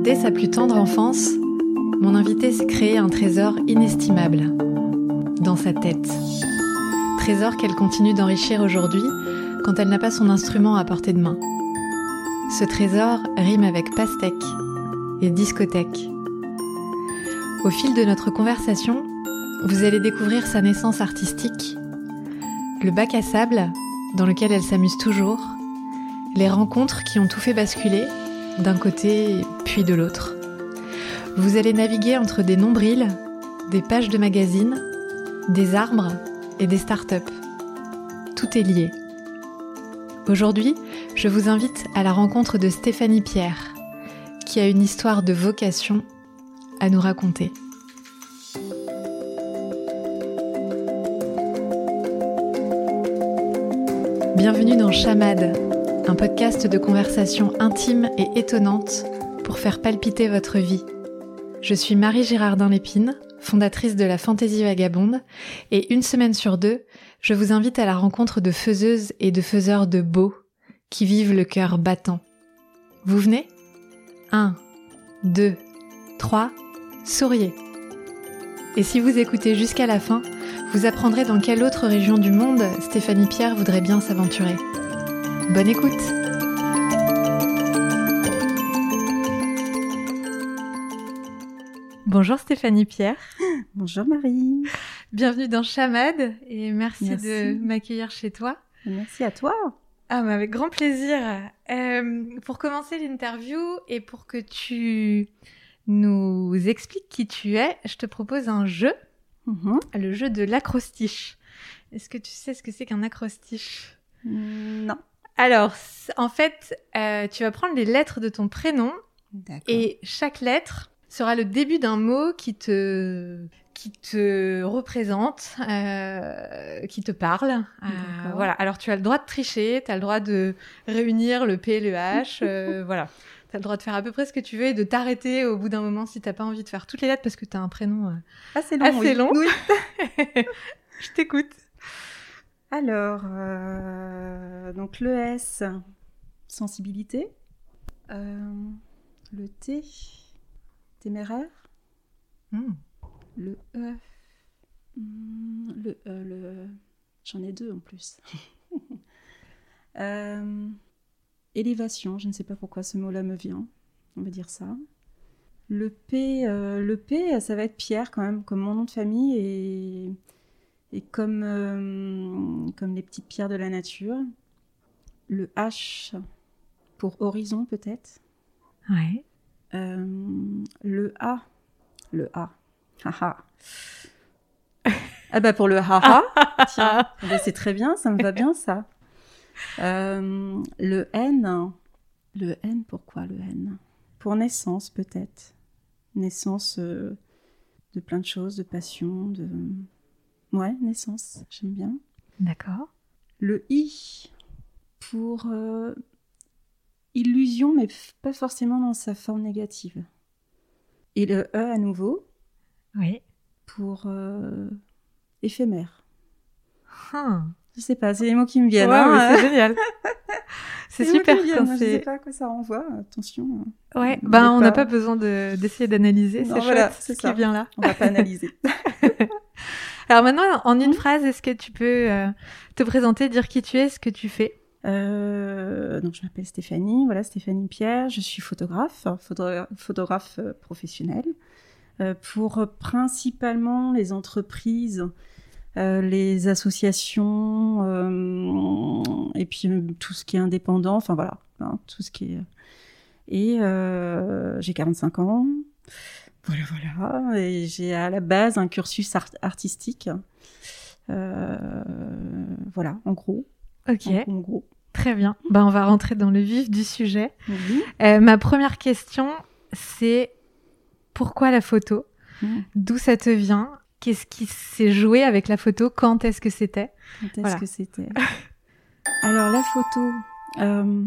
Dès sa plus tendre enfance, mon invité s'est créé un trésor inestimable dans sa tête. Trésor qu'elle continue d'enrichir aujourd'hui quand elle n'a pas son instrument à portée de main. Ce trésor rime avec pastèque et discothèque. Au fil de notre conversation, vous allez découvrir sa naissance artistique, le bac à sable dans lequel elle s'amuse toujours, les rencontres qui ont tout fait basculer, d'un côté puis de l'autre. Vous allez naviguer entre des nombrils, des pages de magazines, des arbres et des startups. Tout est lié. Aujourd'hui, je vous invite à la rencontre de Stéphanie Pierre, qui a une histoire de vocation à nous raconter. Bienvenue dans Chamade, un podcast de conversation intime et étonnante pour faire palpiter votre vie. Je suis Marie Girardin-Lépine, fondatrice de la Fantaisie Vagabonde, et une semaine sur deux, je vous invite à la rencontre de faiseuses et de faiseurs de beau qui vivent le cœur battant. Vous venez ? 1, 2, 3, souriez. Et si vous écoutez jusqu'à la fin, vous apprendrez dans quelle autre région du monde Stéphanie Pierre voudrait bien s'aventurer. Bonne écoute! Bonjour Stéphanie Pierre. Bonjour Marie. Bienvenue dans Chamade et merci de m'accueillir chez toi. Merci à toi. Ah, mais avec grand plaisir. Pour commencer l'interview et pour que tu nous expliques qui tu es, je te propose un jeu, le jeu de l'acrostiche. Est-ce que tu sais ce que c'est qu'un acrostiche ? Non. Alors, en fait, tu vas prendre les lettres de ton prénom. D'accord. Et chaque lettre sera le début d'un mot qui te représente, qui te parle. Voilà. Alors, tu as le droit de tricher, tu as le droit de réunir le P et le H. Voilà. Tu as le droit de faire à peu près ce que tu veux et de t'arrêter au bout d'un moment si tu n'as pas envie de faire toutes les lettres parce que tu as un prénom assez long. Oui. Je t'écoute. Alors, donc le S, sensibilité. Le T, téméraire. Le E, j'en ai deux en plus. Élévation, je ne sais pas pourquoi ce mot-là me vient, on va dire ça. Le P, ça va être Pierre quand même, comme mon nom de famille et comme les petites pierres de la nature. Le H, pour horizon peut-être. Ouais. Le A. Haha. Ah bah pour le haha, tiens, bah c'est très bien, ça me va bien ça. Le N, pourquoi le N ? Pour naissance peut-être. Naissance de plein de choses, de passion, Ouais, naissance, j'aime bien. D'accord. Le I, pour illusion, mais pas forcément dans sa forme négative. Et le E à nouveau, oui, pour éphémère. Je sais pas, c'est les mots qui me viennent. Ouais, c'est génial. C'est super. Je sais pas à quoi ça renvoie, attention. Ouais, on n'a pas besoin d'essayer d'analyser, c'est voilà, chouette, c'est ce qui vient là. On va pas analyser. Alors maintenant, en une phrase, est-ce que tu peux te présenter, dire qui tu es, ce que tu fais ? Donc je m'appelle Stéphanie Pierre, je suis photographe professionnelle pour principalement les entreprises, les associations et puis tout ce qui est indépendant, enfin voilà, tout ce qui est... Et j'ai 45 ans, voilà, et j'ai à la base un cursus artistique, voilà, en gros. Ok. En gros. Très bien. On va rentrer dans le vif du sujet. Mm-hmm. Ma première question, c'est pourquoi la photo ? D'où ça te vient ? Qu'est-ce qui s'est joué avec la photo ? Quand est-ce que c'était ? Alors la photo,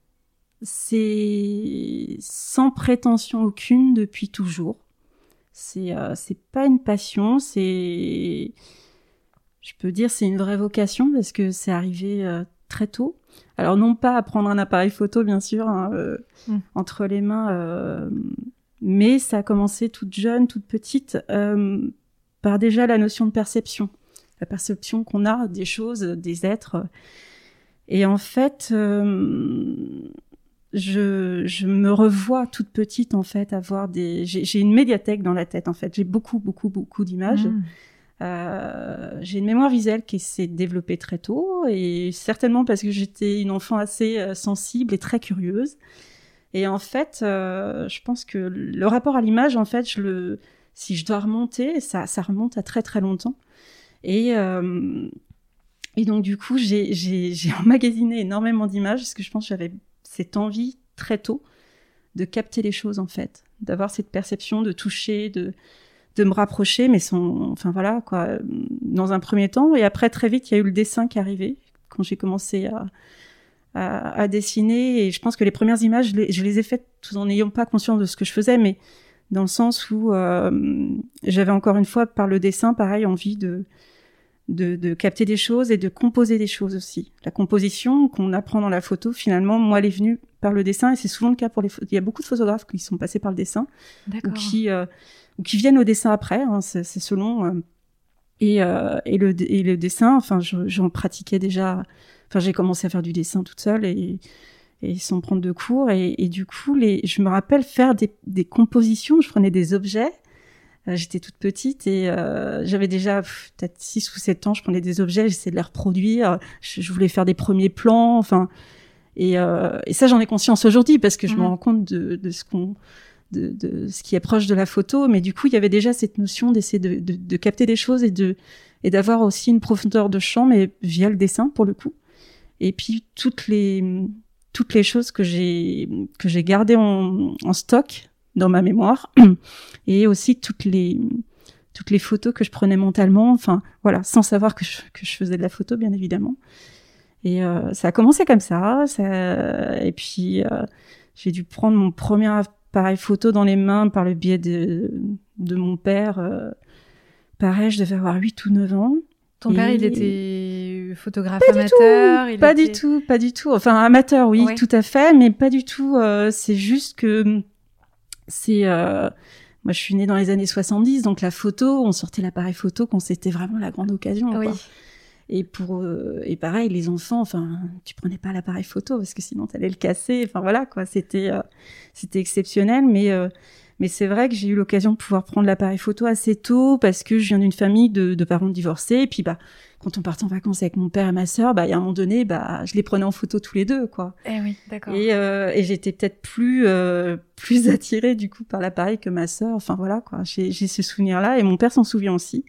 c'est sans prétention aucune depuis toujours. C'est pas une passion, je peux dire c'est une vraie vocation parce que c'est arrivé très tôt. Alors non pas à prendre un appareil photo, bien sûr, hein, entre les mains, mais ça a commencé toute jeune, toute petite, par déjà la notion de perception. La perception qu'on a des choses, des êtres. Et en fait, je me revois toute petite, en fait, avoir j'ai une médiathèque dans la tête, en fait. J'ai beaucoup d'images. J'ai une mémoire visuelle qui s'est développée très tôt, et certainement parce que j'étais une enfant assez sensible et très curieuse. Et en fait, je pense que le rapport à l'image, en fait, si je dois remonter, ça remonte à très très longtemps. Et donc du coup, j'ai emmagasiné énormément d'images parce que je pense que j'avais cette envie très tôt de capter les choses, en fait, d'avoir cette perception, de toucher, de me rapprocher, mais enfin voilà quoi, dans un premier temps. Et après, très vite, il y a eu le dessin qui est arrivé quand j'ai commencé à dessiner. Et je pense que les premières images, je les ai faites tout en n'ayant pas conscience de ce que je faisais, mais dans le sens où j'avais encore une fois, par le dessin, pareil, envie de capter des choses et de composer des choses aussi. La composition qu'on apprend dans la photo, finalement, moi, elle est venue par le dessin, et c'est souvent le cas pour il y a beaucoup de photographes qui sont passés par le dessin, ou qui viennent au dessin après, hein, c'est selon. Et le dessin, enfin, j'en pratiquais déjà. Enfin, j'ai commencé à faire du dessin toute seule et sans prendre de cours. Et du coup, je me rappelle faire des compositions. Je prenais des objets. J'étais toute petite et j'avais déjà peut-être 6 ou 7 ans. Je prenais des objets, j'essayais de les reproduire. Je voulais faire des premiers plans. Enfin, et ça, j'en ai conscience aujourd'hui parce que je me rends compte de ce qui est proche de la photo. Mais du coup, il y avait déjà cette notion d'essayer de capter des choses et d'avoir aussi une profondeur de champ, mais via le dessin pour le coup. Et puis toutes les choses que j'ai gardées en stock dans ma mémoire, et aussi toutes les photos que je prenais mentalement, enfin voilà, sans savoir que je faisais de la photo, bien évidemment. Et ça a commencé comme ça, et puis j'ai dû prendre mon premier appareil photo dans les mains par le biais de mon père. Pareil, je devais avoir 8 ou 9 ans. Ton père, il était photographe amateur? Pas du tout. Enfin, amateur, oui, ouais. Tout à fait, mais pas du tout. C'est juste que moi, je suis née dans les années 70, donc la photo, on sortait l'appareil photo quand c'était vraiment la grande occasion. Oui. Quoi. Et pareil, les enfants, enfin, tu prenais pas l'appareil photo parce que sinon t'allais le casser. Enfin voilà, quoi. C'était exceptionnel, mais c'est vrai que j'ai eu l'occasion de pouvoir prendre l'appareil photo assez tôt parce que je viens d'une famille de parents divorcés. Et puis, quand on partait en vacances avec mon père et ma sœur, il y a un moment donné, je les prenais en photo tous les deux, quoi. Eh oui, d'accord. Et j'étais peut-être plus attirée, du coup, par l'appareil que ma sœur. Enfin, voilà, quoi. J'ai ce souvenir-là et mon père s'en souvient aussi.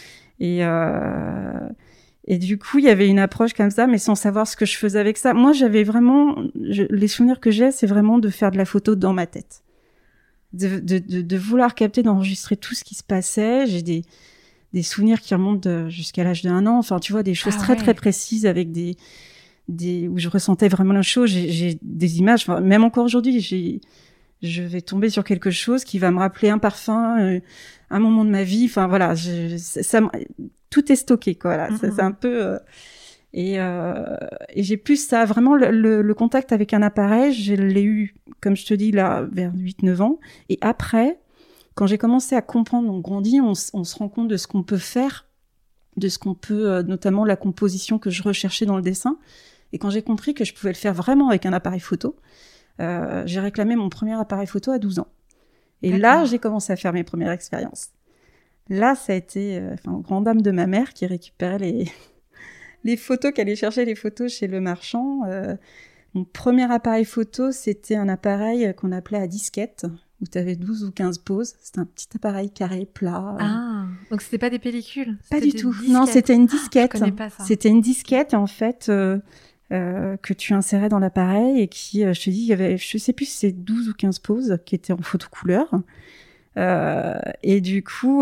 Et du coup, il y avait une approche comme ça, mais sans savoir ce que je faisais avec ça. Moi, j'avais vraiment... les souvenirs que j'ai, c'est vraiment de faire de la photo dans ma tête. De vouloir capter, d'enregistrer tout ce qui se passait. J'ai des souvenirs qui remontent jusqu'à l'âge d'1 an. Enfin, tu vois, des choses très, très précises avec où je ressentais vraiment la chose. J'ai des images, enfin, même encore aujourd'hui, je vais tomber sur quelque chose qui va me rappeler un parfum, un moment de ma vie. Enfin, voilà, tout est stocké, quoi. Voilà. C'est un peu... Et j'ai plus ça, vraiment le contact avec un appareil, je l'ai eu, comme je te dis, là, vers 8-9 ans. Et après, quand j'ai commencé à comprendre, on grandit, on se rend compte de ce qu'on peut faire, de ce qu'on peut, notamment la composition que je recherchais dans le dessin. Et quand j'ai compris que je pouvais le faire vraiment avec un appareil photo, j'ai réclamé mon premier appareil photo à 12 ans. Et là, j'ai commencé à faire mes premières expériences. Là, ça a été, aux grandes dames de ma mère qui récupérait les photos, qui allait chercher les photos chez le marchand. Mon premier appareil photo, c'était un appareil qu'on appelait à disquette, où tu avais 12 ou 15 poses. C'était un petit appareil carré, plat. Ah, donc c'était pas des pellicules? Pas du tout. Non, c'était une disquette. Je connais pas ça. C'était une disquette, en fait, que tu insérais dans l'appareil et qui, je te dis, il y avait, je sais plus si c'est 12 ou 15 poses qui étaient en photo couleur. Et du coup,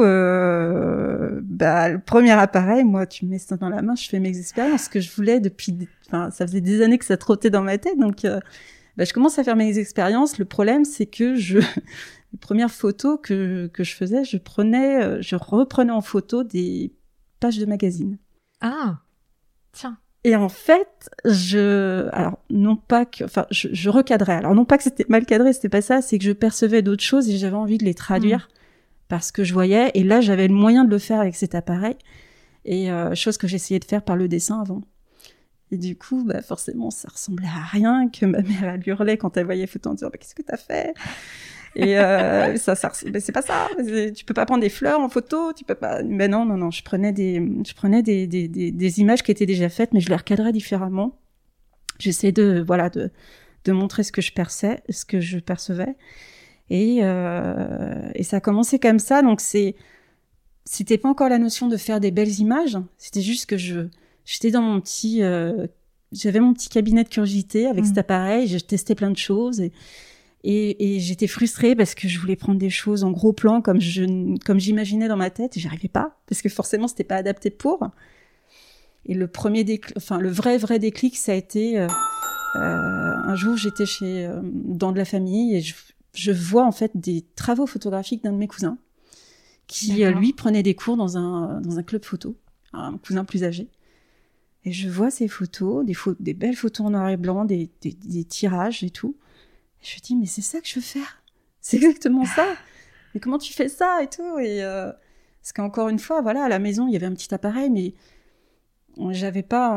le premier appareil, moi, tu me mets ça dans la main, je fais mes expériences, ce que je voulais ça faisait des années que ça trottait dans ma tête, donc je commence à faire mes expériences. Le problème, c'est que les premières photos que je faisais, je reprenais en photo des pages de magazines. Ah, tiens. Et en fait, alors non pas que, enfin, je recadrais. Alors non pas que c'était mal cadré, c'était pas ça, c'est que je percevais d'autres choses et j'avais envie de les traduire parce que je voyais. Et là, j'avais le moyen de le faire avec cet appareil. Et chose que j'essayais de faire par le dessin avant. Et du coup, bah forcément, ça ressemblait à rien, que ma mère elle hurlait quand elle voyait les photos en disant qu'est-ce que t'as fait? Et mais c'est pas ça. Tu peux pas prendre des fleurs en photo, tu peux pas. Mais non. Je prenais des images qui étaient déjà faites, mais je les recadrais différemment. J'essayais de montrer ce que je percevais. Et ça a commencé comme ça. Donc c'était pas encore la notion de faire des belles images. C'était juste que j'étais dans mon petit, j'avais mon petit cabinet de curiosité avec cet appareil. Je testais plein de choses et j'étais frustrée parce que je voulais prendre des choses en gros plan comme j'imaginais dans ma tête et j'arrivais pas parce que forcément c'était pas adapté pour. Et le vrai déclic, ça a été un jour j'étais dans de la famille et je vois en fait des travaux photographiques d'un de mes cousins qui lui prenait des cours dans un club photo, un cousin plus âgé. Et je vois ces photos, des belles photos en noir et blanc, des tirages et tout. Et je me dis, mais c'est ça que je veux faire. C'est exactement ça. Mais comment tu fais ça et tout? Et parce qu'encore une fois, voilà, à la maison, il y avait un petit appareil, mais j'avais pas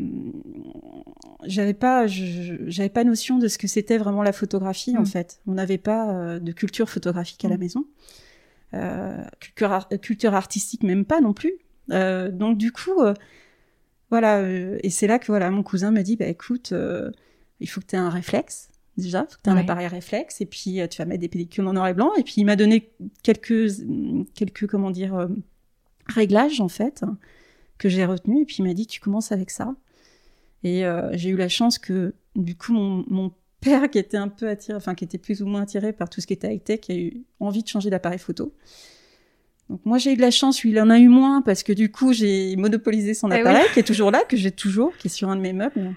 notion de ce que c'était vraiment la photographie, en fait. On n'avait pas de culture photographique à la maison. Culture artistique, même pas non plus. Donc, du coup, voilà. Et c'est là que mon cousin me dit, bah écoute, il faut que tu aies un réflexe. Déjà, faut que tu aies un appareil réflexe, et puis tu vas mettre des pellicules en noir et blanc, et puis il m'a donné quelques réglages, en fait, que j'ai retenus, et puis il m'a dit, tu commences avec ça. Et j'ai eu la chance que, du coup, mon père, qui était un peu attiré, enfin, qui était plus ou moins attiré par tout ce qui était high-tech, a eu envie de changer d'appareil photo. Donc moi, j'ai eu de la chance, lui, il en a eu moins, parce que du coup, j'ai monopolisé son appareil, qui est toujours là, que j'ai toujours, qui est sur un de mes meubles.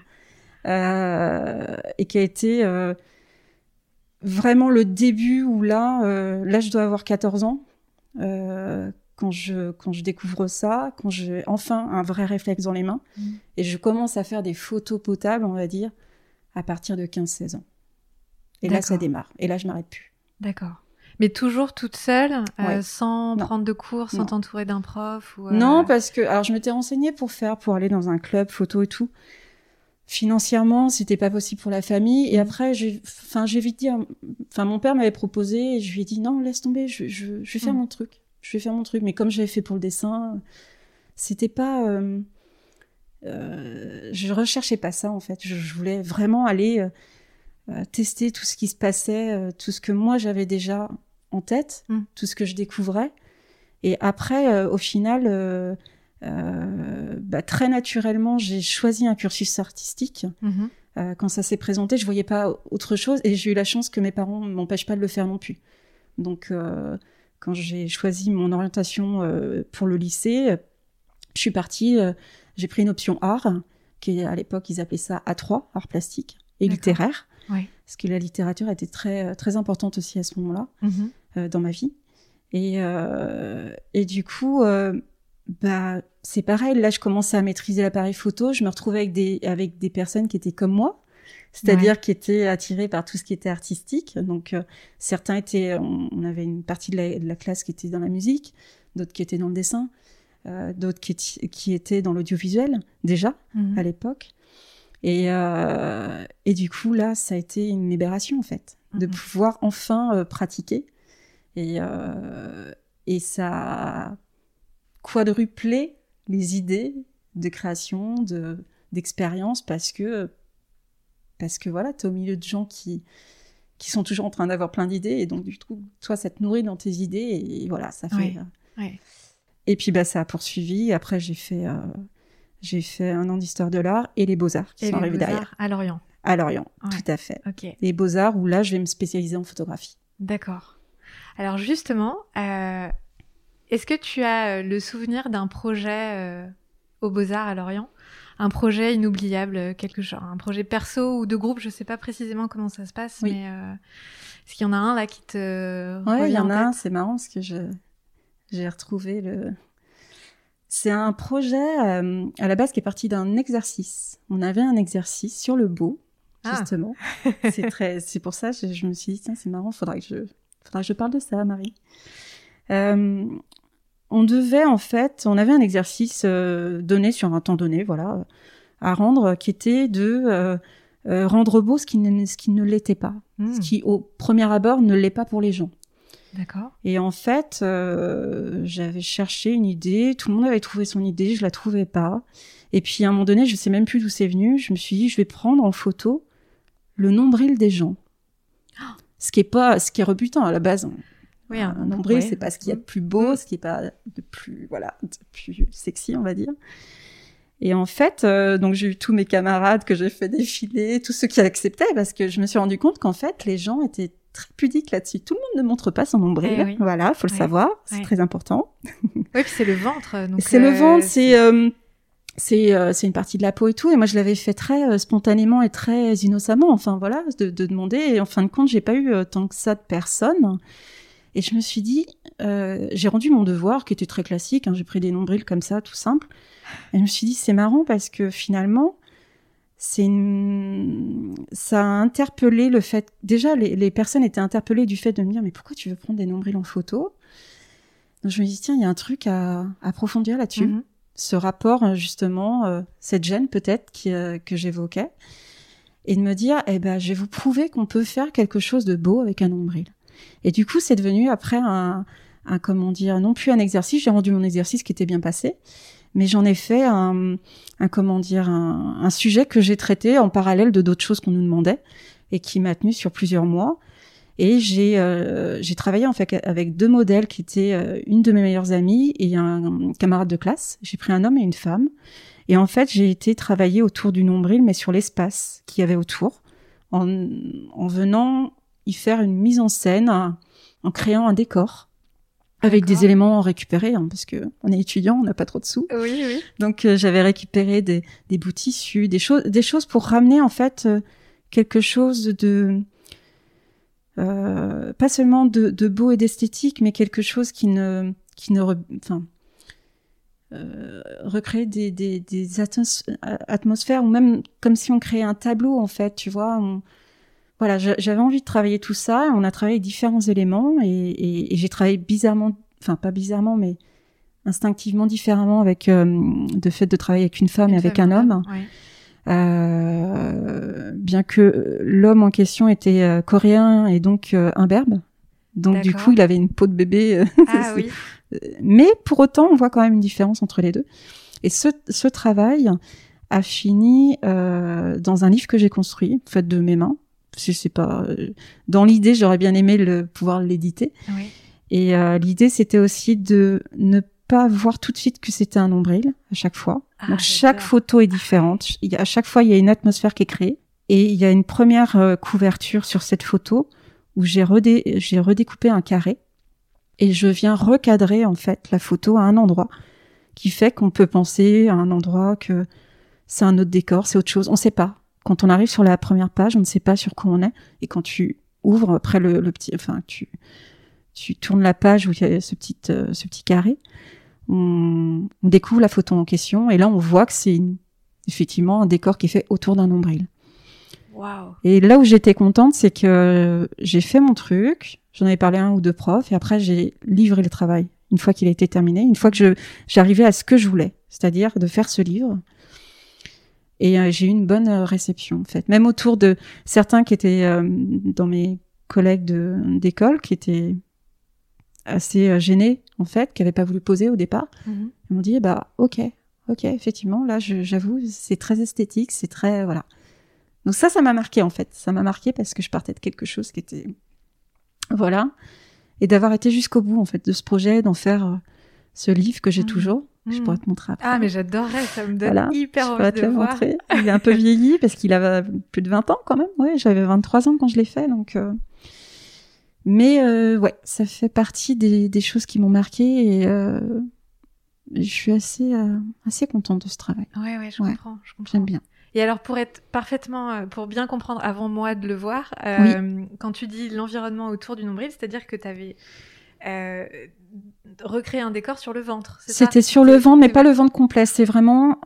Et qui a été vraiment le début où là je dois avoir 14 ans quand je découvre ça, quand j'ai enfin un vrai réflexe dans les mains et je commence à faire des photos potables, on va dire, à partir de 15-16 ans. Et là, ça démarre. Et là, je m'arrête plus. D'accord. Mais toujours toute seule, sans prendre de cours, sans t'entourer d'un prof Non, parce que alors je m'étais renseignée pour aller dans un club photo et tout. Financièrement, c'était pas possible pour la famille. Et après, j'ai vite dit, mon père m'avait proposé et je lui ai dit non, laisse tomber, je vais faire mon truc. Je vais faire mon truc. Mais comme j'avais fait pour le dessin, c'était pas, je recherchais pas ça, en fait. Je voulais vraiment aller tester tout ce qui se passait, tout ce que moi j'avais déjà en tête, tout ce que je découvrais. Et après, au final, très naturellement, j'ai choisi un cursus artistique. Quand ça s'est présenté, je voyais pas autre chose et j'ai eu la chance que mes parents m'empêchent pas de le faire non plus. Donc, quand j'ai choisi mon orientation pour le lycée, je suis partie, j'ai pris une option art, qui à l'époque, ils appelaient ça A3, art plastique et littéraire. Ouais. Parce que la littérature était très, très importante aussi à ce moment-là, dans ma vie. Et du coup, c'est pareil. Là, je commençais à maîtriser l'appareil photo. Je me retrouvais avec des personnes qui étaient comme moi, c'est-à-dire qui étaient attirées par tout ce qui était artistique. Donc, certains étaient, on avait une partie de la classe qui était dans la musique, d'autres qui étaient dans le dessin, d'autres qui étaient dans l'audiovisuel déjà à l'époque. Et du coup, là, ça a été une libération en fait, de pouvoir enfin pratiquer. Et ça a quadruplé les idées de création, d'expérience, parce que voilà, t'es au milieu de gens qui sont toujours en train d'avoir plein d'idées, et donc du coup, toi, ça te nourrit dans tes idées, et voilà, ça fait... Et puis, ça a poursuivi. Après, j'ai fait un an d'histoire de l'art et les beaux-arts qui sont arrivés derrière. À Lorient. À Lorient, tout à fait. Okay. Les beaux-arts, où là, je vais me spécialiser en photographie. D'accord. Alors justement, est-ce que tu as le souvenir d'un projet aux Beaux-Arts à Lorient ? Un projet inoubliable, quelque chose, un projet perso ou de groupe, je ne sais pas précisément comment ça se passe, mais est-ce qu'il y en a un là qui te revient en tête ? Il y en a un, c'est marrant parce que j'ai retrouvé C'est un projet à la base qui est parti d'un exercice. On avait un exercice sur le beau, justement. C'est pour ça que je me suis dit, tiens, c'est marrant, faudra que je parle de ça, Marie. On avait un exercice donné sur un temps donné, voilà, à rendre, qui était de rendre beau ce qui ne l'était pas, ce qui au premier abord ne l'est pas pour les gens. D'accord. Et en fait, j'avais cherché une idée, tout le monde avait trouvé son idée, je la trouvais pas. Et puis à un moment donné, je sais même plus d'où c'est venu, je me suis dit, je vais prendre en photo le nombril des gens. Ce qui est rebutant à la base. Oui, un nombril, c'est pas ce qu'il y a de plus beau, ce qui est pas de plus sexy, on va dire. Et en fait, donc j'ai eu tous mes camarades que j'ai fait défiler, tous ceux qui acceptaient, parce que je me suis rendu compte qu'en fait, les gens étaient très pudiques là-dessus. Tout le monde ne montre pas son nombril. Oui. Voilà, faut le savoir, c'est très important. Oui, puis c'est le ventre. Donc c'est le ventre, c'est une partie de la peau et tout. Et moi, je l'avais fait très spontanément et très innocemment. Enfin voilà, de demander. Et en fin de compte, j'ai pas eu tant que ça de personnes. Et je me suis dit, j'ai rendu mon devoir, qui était très classique. J'ai pris des nombrils comme ça, tout simple. Et je me suis dit, c'est marrant parce que finalement, ça a interpellé le fait... Déjà, les personnes étaient interpellées du fait de me dire, mais pourquoi tu veux prendre des nombrils en photo ? Donc je me dis, tiens, il y a un truc à approfondir là-dessus. Mm-hmm. Ce rapport, justement, cette gêne peut-être que j'évoquais. Et de me dire, je vais vous prouver qu'on peut faire quelque chose de beau avec un nombril. Et du coup, c'est devenu après non plus un exercice. J'ai rendu mon exercice qui était bien passé. Mais j'en ai fait un sujet que j'ai traité en parallèle de d'autres choses qu'on nous demandait et qui m'a tenue sur plusieurs mois. Et j'ai travaillé en fait avec 2 modèles qui étaient une de mes meilleures amies et un camarade de classe. J'ai pris un homme et une femme. Et en fait, j'ai été travailler autour du nombril, mais sur l'espace qu'il y avait autour, en venant y faire une mise en scène, en créant un décor. Avec des éléments récupérés, parce que on est étudiant, on n'a pas trop de sous. Oui, oui. Donc j'avais récupéré des bouts tissus, des choses pour ramener en fait quelque chose de pas seulement de beau et d'esthétique, mais quelque chose qui recréer des atmosphères, ou même comme si on créait un tableau en fait, tu vois. Voilà, j'avais envie de travailler tout ça. On a travaillé avec différents éléments et j'ai travaillé pas bizarrement, mais instinctivement différemment avec le fait de travailler avec une femme et avec un homme. Ouais. Bien que l'homme en question était coréen et donc imberbe. Donc du coup, il avait une peau de bébé. Oui. Mais pour autant, on voit quand même une différence entre les deux. Et ce travail a fini dans un livre que j'ai construit, fait de mes mains. Je sais pas. Dans l'idée, j'aurais bien aimé pouvoir l'éditer. Oui. Et l'idée, c'était aussi de ne pas voir tout de suite que c'était un nombril à chaque fois. Donc chaque photo est différente. À chaque fois, il y a une atmosphère qui est créée. Et il y a une première couverture sur cette photo où j'ai redécoupé un carré et je viens recadrer en fait la photo à un endroit qui fait qu'on peut penser à un endroit que c'est un autre décor, c'est autre chose. On sait pas. Quand on arrive sur la première page, on ne sait pas sur quoi on est. Et quand tu ouvres après le petit, enfin, tu tournes la page où il y a ce petit carré, on découvre la photo en question. Et là, on voit que c'est effectivement un décor qui est fait autour d'un nombril. Wow. Et là où j'étais contente, c'est que j'ai fait mon truc. J'en avais parlé à 1 ou 2 profs. Et après, j'ai livré le travail. Une fois qu'il a été terminé, une fois que j'arrivais à ce que je voulais, c'est-à-dire de faire ce livre. Et j'ai eu une bonne réception, en fait. Même autour de certains qui étaient dans mes collègues d'école, qui étaient assez gênés, en fait, qui n'avaient pas voulu poser au départ. Mm-hmm. Ils m'ont dit, ok, effectivement, là, j'avoue, c'est très esthétique, c'est très, voilà. Donc ça m'a marqué, en fait. Ça m'a marqué parce que je partais de quelque chose qui était, voilà. Et d'avoir été jusqu'au bout, en fait, de ce projet, d'en faire ce livre que j'ai toujours. Je pourrais te montrer après. Ah, mais j'adorerais, ça me donne hyper envie de voir. Montrer. Il est un peu vieilli parce qu'il avait plus de 20 ans quand même. Ouais, j'avais 23 ans quand je l'ai fait, donc. Mais ouais, ça fait partie des choses qui m'ont marquée et je suis assez contente de ce travail. Ouais, je comprends. J'aime bien. Et alors, pour bien comprendre avant moi de le voir, quand tu dis l'environnement autour du nombril, c'est-à-dire que tu avais recréer un décor sur le ventre, c'est C'était ça? sur le ventre, mais pas le ventre complet. C'est vraiment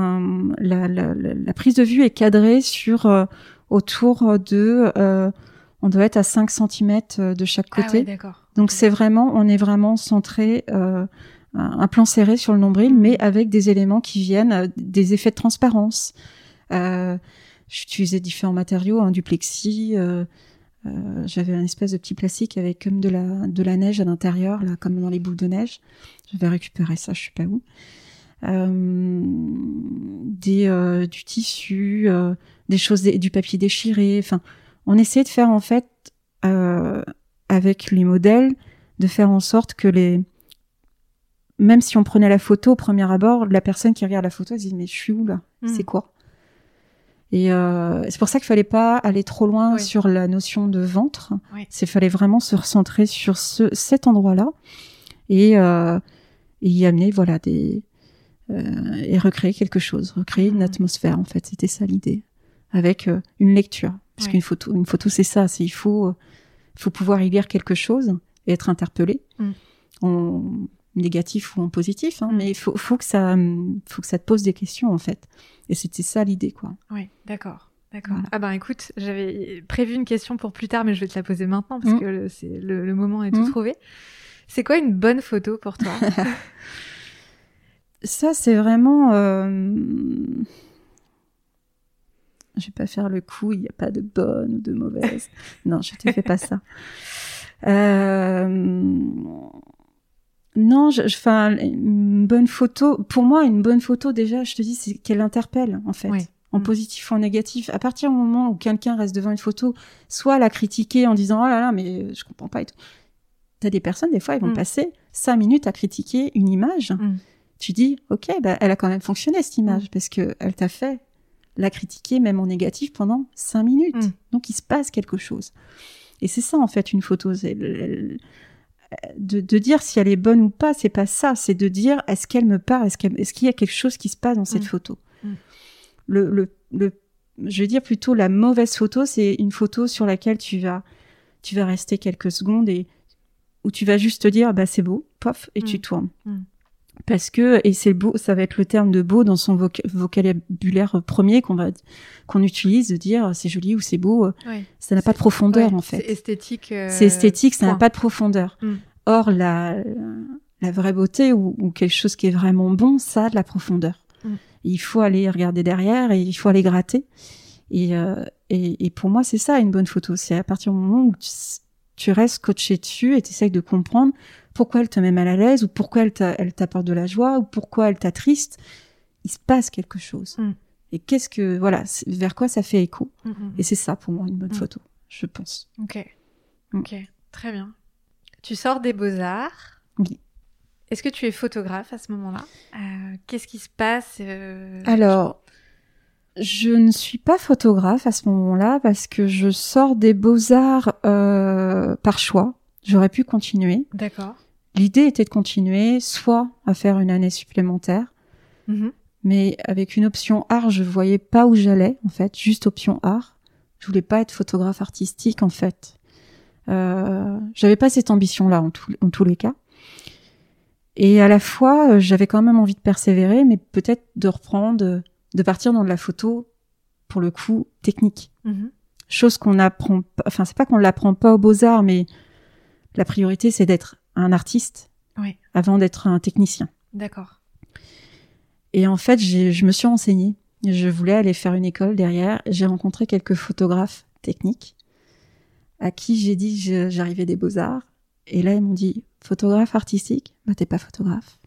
la prise de vue est cadrée sur autour de... on doit être à 5 cm de chaque côté. Ah ouais, d'accord. Donc on est vraiment centré, un plan serré sur le nombril, mais avec des éléments qui viennent, des effets de transparence. J'utilisais différents matériaux, du plexi, j'avais un espèce de petit plastique avec comme de la neige à l'intérieur, là, comme dans les boules de neige. J'avais récupéré ça, je sais pas où. Du tissu, des choses, du papier déchiré. Enfin, on essayait de faire en fait, avec les modèles, de faire en sorte que même si on prenait la photo au premier abord, la personne qui regarde la photo, elle se dit mais je suis où là ? C'est quoi ? Et c'est pour ça qu'il fallait pas aller trop loin sur la notion de ventre. Il fallait vraiment se recentrer sur cet endroit-là et y amener et recréer quelque chose, recréer une atmosphère en fait. C'était ça l'idée, avec une lecture. Parce qu'une photo, c'est ça. Il faut pouvoir y lire quelque chose et être interpellé, en négatif ou en positif. Mais il faut que ça te pose des questions en fait. Et c'était ça l'idée, quoi. Oui, d'accord. Voilà. Ah ben écoute, j'avais prévu une question pour plus tard, mais je vais te la poser maintenant parce que le moment est tout trouvé. C'est quoi une bonne photo pour toi ? Ça, c'est vraiment... Je vais pas faire le coup, il n'y a pas de bonne ou de mauvaise. Non, je te fais pas ça. Non, une bonne photo, pour moi, une bonne photo, déjà, je te dis, c'est qu'elle interpelle, en fait, en positif ou en négatif. À partir du moment où quelqu'un reste devant une photo, soit la critiquer en disant, oh là là, mais je comprends pas et tout. T'as des personnes, des fois, ils vont passer 5 minutes à critiquer une image. Tu dis, ok, elle a quand même fonctionné, cette image, parce que elle t'a fait la critiquer, même en négatif, pendant 5 minutes. Donc, il se passe quelque chose. Et c'est ça, en fait, une photo. C'est de dire si elle est bonne ou pas, c'est pas ça. C'est de dire, est-ce qu'elle me parle, est-ce qu'il y a quelque chose qui se passe dans cette photo. Je veux dire plutôt la mauvaise photo, c'est une photo sur laquelle tu vas rester quelques secondes et où tu vas juste te dire, c'est beau, pof, et tu tournes. Parce que, et c'est beau, ça va être le terme de beau dans son vocabulaire premier qu'on utilise, de dire c'est joli ou c'est beau, ça n'a pas de profondeur en fait. C'est esthétique. C'est esthétique, ça n'a pas de profondeur. Or, la vraie beauté ou quelque chose qui est vraiment bon, ça a de la profondeur. Et il faut aller regarder derrière et il faut aller gratter. Et pour moi, c'est ça une bonne photo. C'est à partir du moment où tu restes scotché dessus et tu essayes de comprendre pourquoi elle te met mal à l'aise ou pourquoi elle t'apporte de la joie ou pourquoi elle t'attriste. Il se passe quelque chose. Et vers quoi ça fait écho. Et c'est ça pour moi une bonne photo, je pense. Ok, très bien. Tu sors des Beaux-Arts. Oui. Est-ce que tu es photographe à ce moment-là ? Qu'est-ce qui se passe Alors, je ne suis pas photographe à ce moment-là parce que je sors des Beaux-Arts par choix. J'aurais pu continuer. D'accord. L'idée était de continuer, soit à faire une année supplémentaire, mais avec une option art, je voyais pas où j'allais, en fait, juste option art. Je voulais pas être photographe artistique, en fait. J'avais pas cette ambition-là, en tous les cas. Et à la fois, j'avais quand même envie de persévérer, mais peut-être de reprendre, de partir dans de la photo, pour le coup, technique. Chose qu'on apprend pas, enfin, c'est pas qu'on l'apprend pas aux Beaux-Arts, mais la priorité, c'est d'être un artiste avant d'être un technicien. D'accord. Et en fait, je me suis renseignée. Je voulais aller faire une école derrière. J'ai rencontré quelques photographes techniques à qui j'ai dit j'arrivais des Beaux-Arts. Et là, ils m'ont dit, photographe artistique ? T'es pas photographe.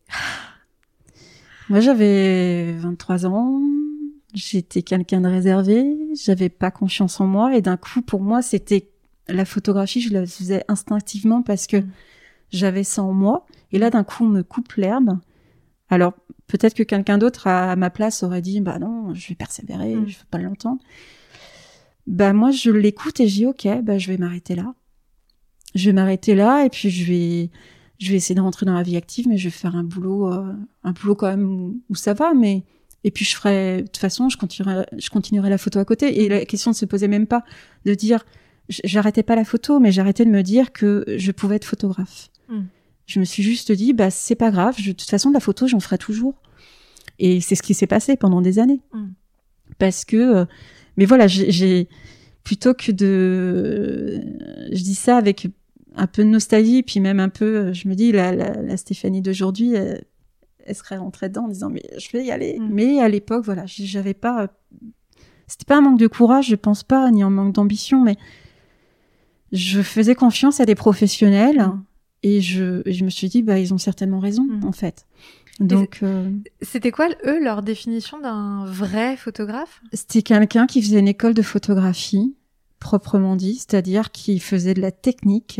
Moi, j'avais 23 ans. J'étais quelqu'un de réservé. J'avais pas confiance en moi. Et d'un coup, pour moi, c'était la photographie, je la faisais instinctivement parce que j'avais ça en moi. Et là, d'un coup, on me coupe l'herbe. Alors, peut-être que quelqu'un d'autre à ma place aurait dit, non, je vais persévérer, je veux pas l'entendre. Moi, je l'écoute et je dis, ok, je vais m'arrêter là. Je vais m'arrêter là et puis je vais essayer de rentrer dans la vie active, mais je vais faire un boulot quand même où ça va, mais et puis de toute façon, je continuerai la photo à côté. Et la question ne se posait même pas de dire, j'arrêtais pas la photo, mais j'arrêtais de me dire que je pouvais être photographe. Je me suis juste dit, c'est pas grave, de toute façon, de la photo, j'en ferai toujours. Et c'est ce qui s'est passé pendant des années. Parce que, mais voilà, j'ai plutôt que je dis ça avec un peu de nostalgie, puis même un peu, je me dis, la Stéphanie d'aujourd'hui, elle serait rentrée dedans en disant, mais je vais y aller. Mais à l'époque, voilà, j'avais pas, c'était pas un manque de courage, je pense pas, ni un manque d'ambition, mais je faisais confiance à des professionnels. Et je me suis dit, ils ont certainement raison, en fait. Donc, c'était quoi, eux, leur définition d'un vrai photographe ? C'était quelqu'un qui faisait une école de photographie, proprement dit, c'est-à-dire qui faisait de la technique.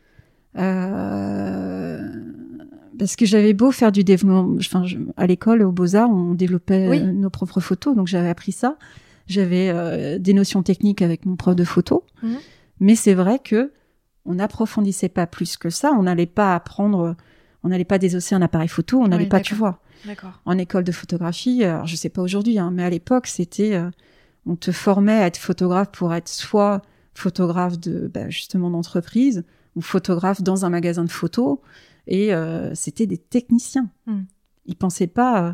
Parce que j'avais beau faire du développement... à l'école, aux Beaux-Arts, on développait nos propres photos, donc j'avais appris ça. J'avais des notions techniques avec mon prof de photo. Mais c'est vrai que on n'approfondissait pas plus que ça. On n'allait pas apprendre, on n'allait pas désosser un appareil photo, on n'allait pas, tu vois. D'accord. En école de photographie, alors je sais pas aujourd'hui, mais à l'époque, c'était, on te formait à être photographe pour être soit photographe justement d'entreprise ou photographe dans un magasin de photos. Et c'était des techniciens. Ils pensaient pas.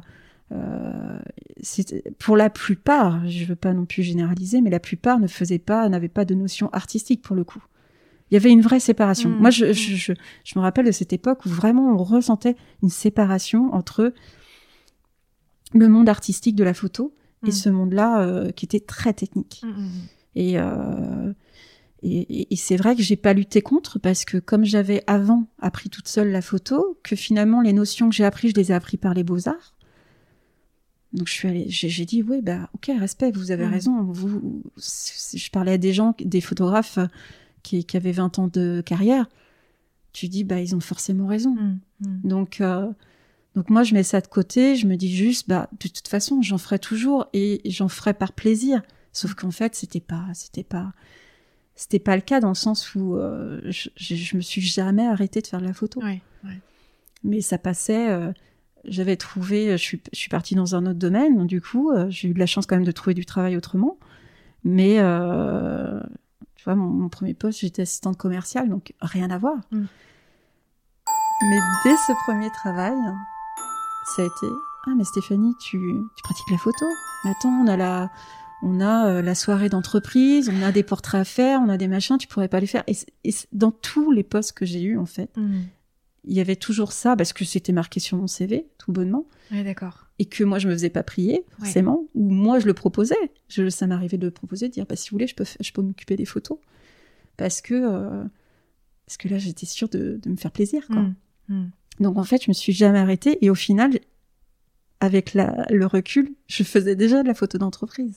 Pour la plupart, je veux pas non plus généraliser, mais la plupart n'avaient pas de notion artistique pour le coup. Il y avait une vraie séparation. Moi, je me rappelle de cette époque où vraiment on ressentait une séparation entre le monde artistique de la photo et ce monde-là qui était très technique. Et c'est vrai que j'ai pas lutté contre parce que comme j'avais avant appris toute seule la photo, que finalement les notions que j'ai apprises, je les ai apprises par les Beaux-Arts. Donc j'ai dit ok, respect, vous avez raison. Je parlais à des gens, des photographes qui avaient 20 ans de carrière. Tu dis ils ont forcément raison. Donc moi je mets ça de côté, je me dis juste de toute façon j'en ferai toujours et j'en ferai par plaisir. Sauf qu'en fait c'était pas le cas dans le sens où je me suis jamais arrêtée de faire de la photo. Mais ça passait. J'avais trouvé, je suis partie dans un autre domaine, donc du coup, j'ai eu de la chance quand même de trouver du travail autrement. Mais, tu vois, mon premier poste, j'étais assistante commerciale, donc rien à voir. Mais dès ce premier travail, ça a été, mais Stéphanie, tu pratiques la photo. Mais attends, on a la soirée d'entreprise, on a des portraits à faire, on a des machins, tu pourrais pas les faire. Et dans tous les postes que j'ai eus, en fait, il y avait toujours ça, parce que c'était marqué sur mon CV, tout bonnement. Oui, d'accord. Et que moi, je me faisais pas prier, forcément. Ou moi, je le proposais. Ça m'arrivait de le proposer, de dire, si vous voulez, je peux m'occuper des photos. Parce que là, j'étais sûre de me faire plaisir, quoi. Donc, en fait, je me suis jamais arrêtée. Et au final, avec le recul, je faisais déjà de la photo d'entreprise.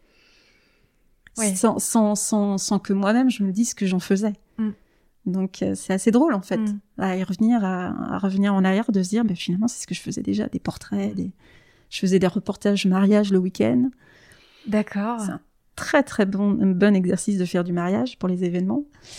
Sans que moi-même, je me dise que j'en faisais. Donc c'est assez drôle en fait à y revenir, à revenir en arrière, de se dire finalement c'est ce que je faisais déjà, des portraits, je faisais des reportages mariage le week-end. D'accord. C'est un très très bon exercice de faire du mariage pour les événements.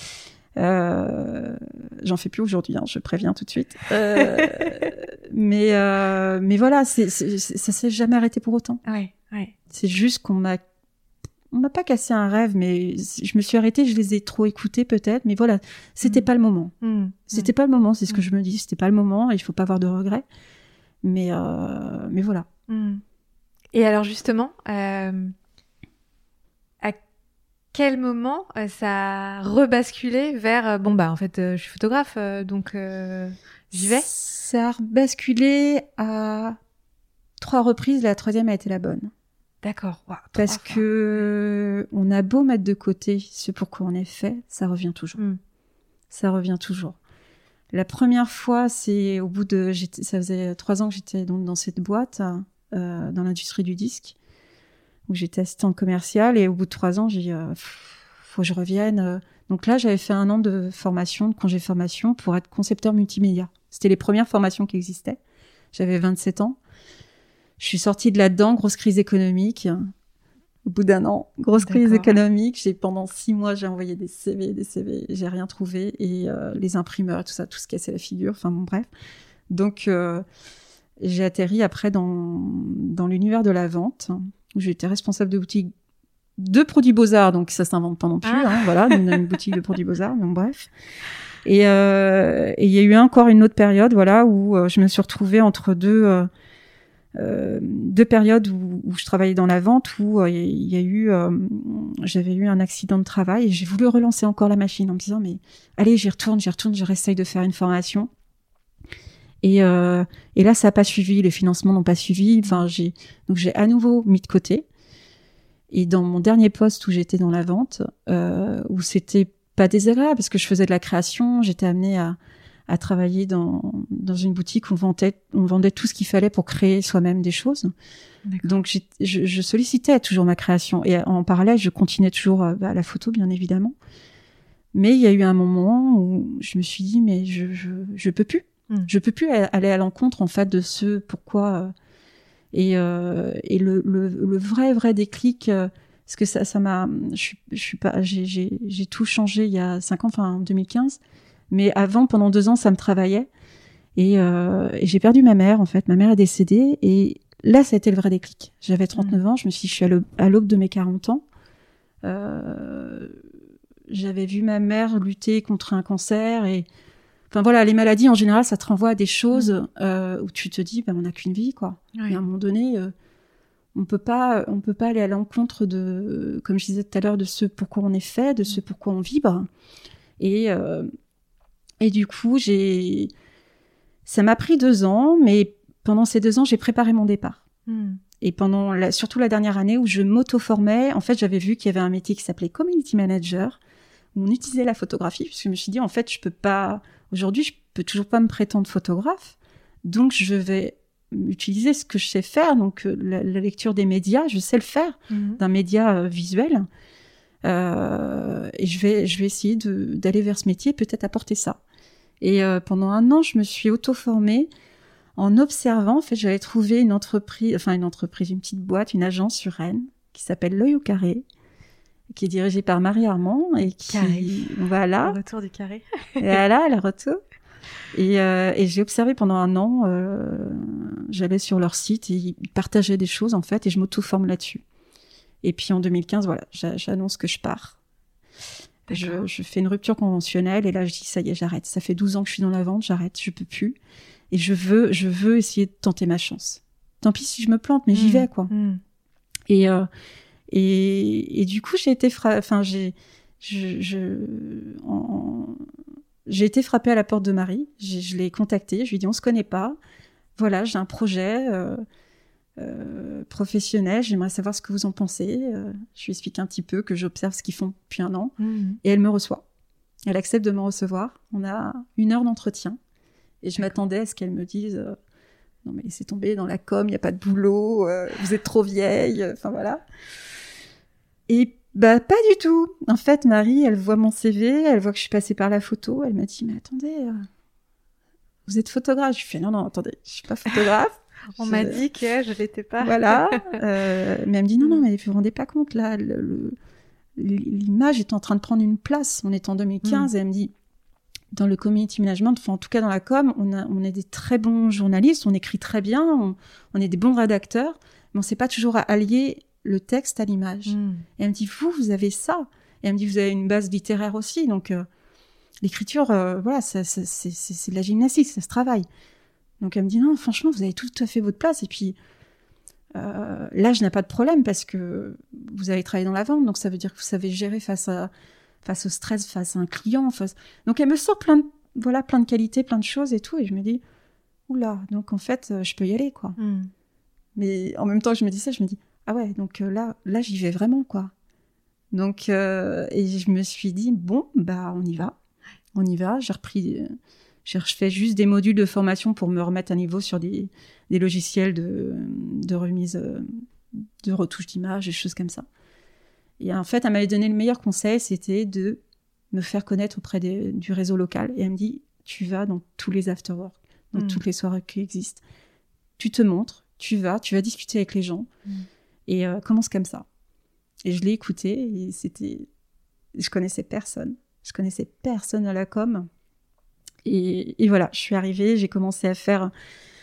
J'en fais plus aujourd'hui, je préviens tout de suite. Mais voilà, ça s'est jamais arrêté pour autant. C'est juste qu'on m'a pas cassé un rêve, mais je me suis arrêtée, je les ai trop écoutés peut-être, mais voilà, c'était pas le moment. C'était pas le moment, c'est ce que je me dis, c'était pas le moment, et il faut pas avoir de regrets. Mais voilà. Et alors justement, à quel moment ça a rebasculé vers en fait, je suis photographe, donc j'y vais. Ça a rebasculé à 3 reprises, la 3e a été la bonne. D'accord. Wow, parce que on a beau mettre de côté ce pour quoi on est fait, ça revient toujours. Ça revient toujours. La première fois, c'est au bout de... ça faisait 3 ans que j'étais donc dans cette boîte, dans l'industrie du disque, où j'étais assistante commerciale, et au bout de 3 ans, j'ai dit, faut que je revienne. Donc là, j'avais fait 1 an de formation, de congé formation, pour être concepteur multimédia. C'était les premières formations qui existaient. J'avais 27 ans. Je suis sortie de là-dedans, grosse crise économique. Au bout d'1 an, grosse crise économique. Pendant 6 mois, j'ai envoyé des CV, j'ai rien trouvé. Et les imprimeurs, tout ça, tout se cassait la figure. Enfin bon, bref. Donc, j'ai atterri après dans l'univers de la vente, où j'étais responsable de boutique de produits Beaux-Arts, donc ça s'invente pas non plus. Voilà, une boutique de produits Beaux-Arts, mais bref. Et il y a eu encore une autre période, voilà, où je me suis retrouvée entre deux périodes où je travaillais dans la vente, où j'avais eu un accident de travail et j'ai voulu relancer encore la machine en me disant mais allez, j'y retourne, je réessaye de faire une formation. Et là, ça n'a pas suivi, les financements n'ont pas suivi. Enfin, j'ai à nouveau mis de côté. Et dans mon dernier poste où j'étais dans la vente, où c'était pas désagréable parce que je faisais de la création, j'étais amenée à travailler dans une boutique où on vendait tout ce qu'il fallait pour créer soi-même des choses. D'accord. Donc je sollicitais toujours ma création et en parallèle je continuais toujours la photo bien évidemment. Mais il y a eu un moment où je me suis dit mais je peux plus. Je peux plus aller à l'encontre en fait de ce pourquoi et le vrai déclic parce que ça m'a j'ai tout changé il y a 5 ans, enfin en 2015. Mais avant, pendant 2 ans, ça me travaillait. Et j'ai perdu ma mère, en fait. Ma mère est décédée. Et là, ça a été le vrai déclic. J'avais 39 ans. Je me suis dit, je suis à l'aube de mes 40 ans. J'avais vu ma mère lutter contre un cancer. Et enfin, voilà, les maladies, en général, ça te renvoie à des choses où tu te dis, on n'a qu'une vie, quoi. Oui. Et à un moment donné, on peut pas aller à l'encontre de, comme je disais tout à l'heure, de ce pourquoi on est fait, de ce pourquoi on vibre. Et du coup, ça m'a pris 2 ans, mais pendant ces 2 ans, j'ai préparé mon départ. Et pendant surtout la dernière année où je m'auto-formais, en fait, j'avais vu qu'il y avait un métier qui s'appelait Community Manager, où on utilisait la photographie, parce que je me suis dit, en fait, aujourd'hui, je peux toujours pas me prétendre photographe, donc je vais utiliser ce que je sais faire, donc la lecture des médias, je sais le faire, d'un média visuel. Et je vais essayer d'aller vers ce métier, peut-être apporter ça. Et pendant 1 an, je me suis auto-formée en observant. En fait, j'avais trouvé une petite boîte, une agence sur Rennes qui s'appelle L'Œil au Carré, qui est dirigée par Marie Armand et qui, voilà, le retour du carré. Voilà, le retour. Et j'ai observé pendant 1 an. J'allais sur leur site et ils partageaient des choses en fait, et je m'auto-forme là-dessus. Et puis en 2015, voilà, j'annonce que je pars. Je fais une rupture conventionnelle et là je dis ça y est, j'arrête. Ça fait 12 ans que je suis dans la vente, j'arrête, je peux plus. Et je veux essayer de tenter ma chance. Tant pis si je me plante, mais j'y vais quoi. Et du coup j'ai été j'ai été frappée à la porte de Marie. Je l'ai contactée, je lui ai dit on se connaît pas. Voilà, j'ai un projet. Professionnelle, j'aimerais savoir ce que vous en pensez. Je lui explique un petit peu que j'observe ce qu'ils font depuis 1 an et elle me reçoit. Elle accepte de me recevoir. On a 1 heure d'entretien et je m'attendais à ce qu'elle me dise non mais laissez tomber, dans la com, il n'y a pas de boulot, vous êtes trop vieille, enfin voilà. Et pas du tout. En fait, Marie, elle voit mon CV, elle voit que je suis passée par la photo, elle m'a dit mais attendez, vous êtes photographe. Je lui fais non, attendez, je suis pas photographe. On m'a dit que je l'étais pas. Voilà. Mais elle me dit non, mais vous vous rendez pas compte, là, l'image est en train de prendre une place. On est en 2015 et elle me dit, dans le community management, enfin, en tout cas dans la com, on est des très bons journalistes, on écrit très bien, on est des bons rédacteurs, mais on sait pas toujours allier le texte à l'image. Et elle me dit, vous avez ça. Et elle me dit, vous avez une base littéraire aussi, donc l'écriture, voilà, c'est de la gymnastique, ça se travaille. Donc elle me dit non, franchement, vous avez tout à fait votre place. Et puis l'âge n'a pas de problème parce que vous avez travaillé dans la vente, donc ça veut dire que vous savez gérer face au stress, face à un client. Donc elle me sort plein de qualités, plein de choses et tout. Et je me dis oula, donc en fait, je peux y aller quoi. Mais en même temps que je me dis ça, je me dis ah ouais, donc là j'y vais vraiment quoi. Donc et je me suis dit bon on y va. J'ai repris. Je fais juste des modules de formation pour me remettre à niveau sur des logiciels de remise, de retouche d'image, des choses comme ça. Et en fait, elle m'avait donné le meilleur conseil, c'était de me faire connaître auprès du réseau local. Et elle me dit, tu vas dans tous les afterwork, dans toutes les soirées qui existent. Tu te montres, tu vas discuter avec les gens. Et commence comme ça. Et je l'ai écouté et je connaissais personne. Je connaissais personne à la com. Et voilà, je suis arrivée, j'ai commencé à faire...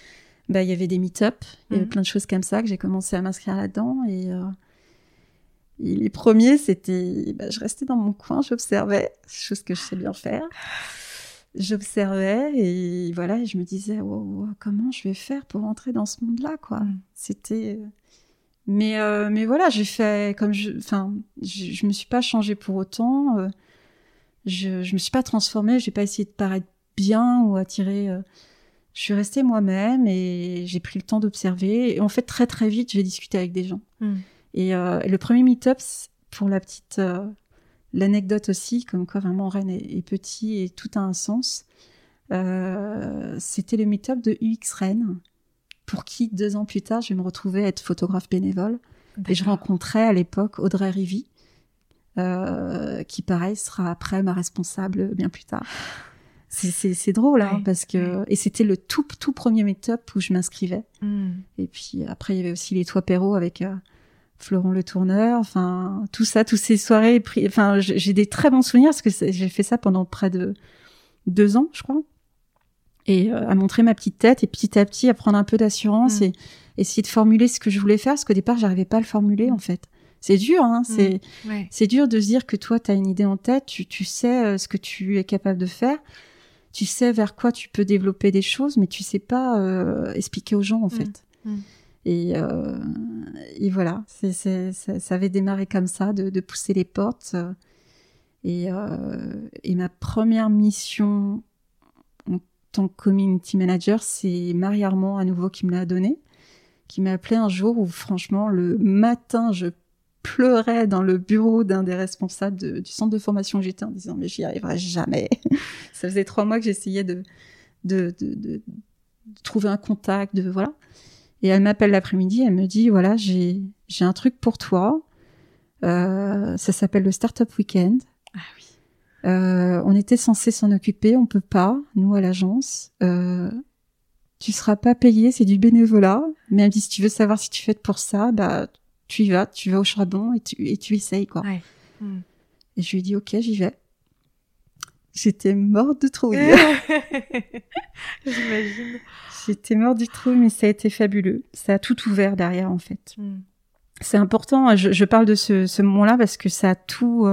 il y avait des meet-up, il y avait plein de choses comme ça que j'ai commencé à m'inscrire là-dedans. Et les premiers, c'était... je restais dans mon coin, j'observais, chose que je sais bien faire. J'observais et voilà, et je me disais, wow, comment je vais faire pour entrer dans ce monde-là, quoi. C'était... Mais voilà, j'ai fait comme je me suis pas changée pour autant. Je me suis pas transformée, j'ai pas essayé de paraître bien ou attirer. Je suis restée moi-même et j'ai pris le temps d'observer. Et en fait, très très vite, j'ai discuté avec des gens. Et le premier meet-up, pour la petite l'anecdote aussi, comme quoi vraiment Rennes est petit et tout a un sens. C'était le meet-up de UX Rennes, pour qui 2 ans plus tard, je vais me retrouver à être photographe bénévole. D'accord. Et je rencontrais à l'époque Audrey Rivy, qui pareil sera après ma responsable bien plus tard. C'est drôle, hein, parce que et c'était le tout premier meet-up où je m'inscrivais. Et puis après il y avait aussi les Toits Perrot avec Florent Le Tourneur, enfin tout ça, toutes ces soirées. Enfin j'ai des très bons souvenirs parce que j'ai fait ça pendant près de 2 ans, je crois. Et à montrer ma petite tête et petit à petit à prendre un peu d'assurance et essayer de formuler ce que je voulais faire, parce qu'au départ j'arrivais pas à le formuler en fait. C'est dur, hein, c'est dur de se dire que toi t'as une idée en tête, tu sais ce que tu es capable de faire, tu sais vers quoi tu peux développer des choses, mais tu sais pas expliquer aux gens en fait. Et voilà, ça avait démarré comme ça, de pousser les portes. Et ma première mission en tant que community manager, c'est Marie Armand à nouveau qui me l'a donnée, qui m'a appelé un jour où franchement le matin je pleurais dans le bureau d'un des responsables du centre de formation où j'étais en disant mais j'y arriverai jamais. Ça faisait 3 mois que j'essayais de trouver un contact, voilà. Et elle m'appelle l'après-midi, elle me dit voilà, j'ai un truc pour toi. Ça s'appelle le Startup Weekend. Ah oui. On était censé s'en occuper, on peut pas, nous à l'agence. Tu seras pas payé, c'est du bénévolat. Mais elle me dit si tu veux savoir si tu fais pour ça, bah tu y vas, tu vas au charbon et tu essayes quoi. Ouais. Et je lui ai dit ok, j'y vais. J'étais morte de trouille. J'imagine. J'étais morte du trouille, mais ça a été fabuleux. Ça a tout ouvert derrière en fait. C'est important. Je parle de ce moment-là parce que ça a tout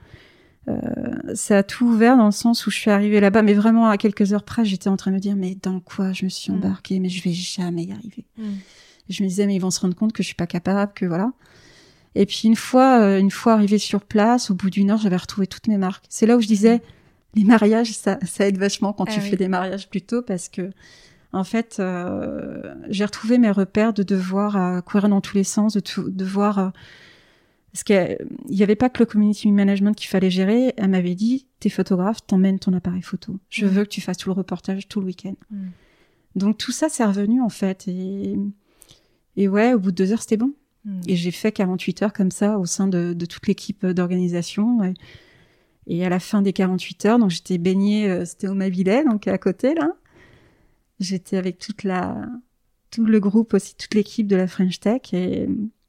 ouvert dans le sens où je suis arrivée là-bas, mais vraiment à quelques heures près, j'étais en train de me dire mais dans quoi je me suis embarquée, mais je vais jamais y arriver. Je me disais mais ils vont se rendre compte que je suis pas capable, que voilà. Et puis une fois arrivée sur place, au bout d'1 heure, j'avais retrouvé toutes mes marques. C'est là où je disais les mariages, ça aide vachement quand tu fais des mariages plus tôt, parce que en fait, j'ai retrouvé mes repères de devoir courir dans tous les sens, de devoir parce qu'il y avait pas que le community management qu'il fallait gérer. Elle m'avait dit, t'es photographe, t'emmènes ton appareil photo. Je veux que tu fasses tout le reportage tout le week-end. Donc tout ça, c'est revenu en fait. Et ouais, au bout de 2 heures, c'était bon. Et j'ai fait 48 heures comme ça au sein de toute l'équipe d'organisation. Et à la fin des 48 heures, donc j'étais baignée, c'était au Mabilais, donc à côté là. J'étais avec tout le groupe aussi, toute l'équipe de la French Tech et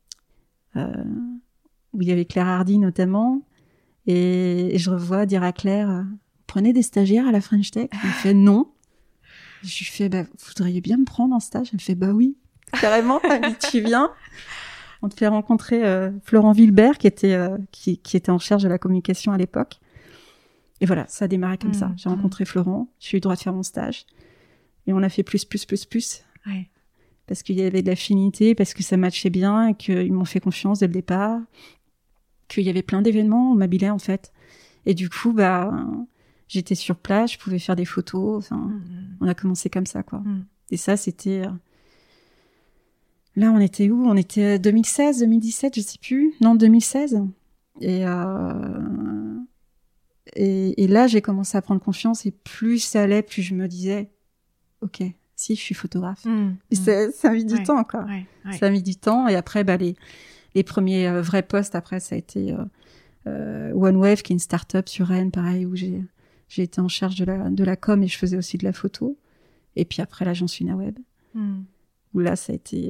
où il y avait Claire Hardy notamment, et je revois dire à Claire prenez des stagiaires à la French Tech. Elle me fait non. Je lui fais vous voudriez bien me prendre en stage. Elle me fait oui carrément. Elle me dit tu viens, on te fait rencontrer Florent Wilbert qui était en charge de la communication à l'époque, et voilà, ça a démarré comme ça. J'ai rencontré Florent, j'ai eu le droit de faire mon stage et on a fait plus parce qu'il y avait de l'affinité, parce que ça matchait bien et qu'ils m'ont fait confiance dès le départ, qu'il y avait plein d'événements au Mabilais en fait, et du coup j'étais sur place, je pouvais faire des photos, enfin on a commencé comme ça quoi. Et ça c'était là on était où, on était 2016 2017 je sais plus, non 2016, et là j'ai commencé à prendre confiance, et plus ça allait, plus je me disais ok, si je suis photographe. Et ça a mis du temps quoi. Ça a mis du temps, et après les premiers vrais postes après, ça a été OneWave, qui est une start-up sur Rennes, pareil, où j'ai été en charge de la com, et je faisais aussi de la photo. Et puis après l'agence UnaWeb, où là ça a été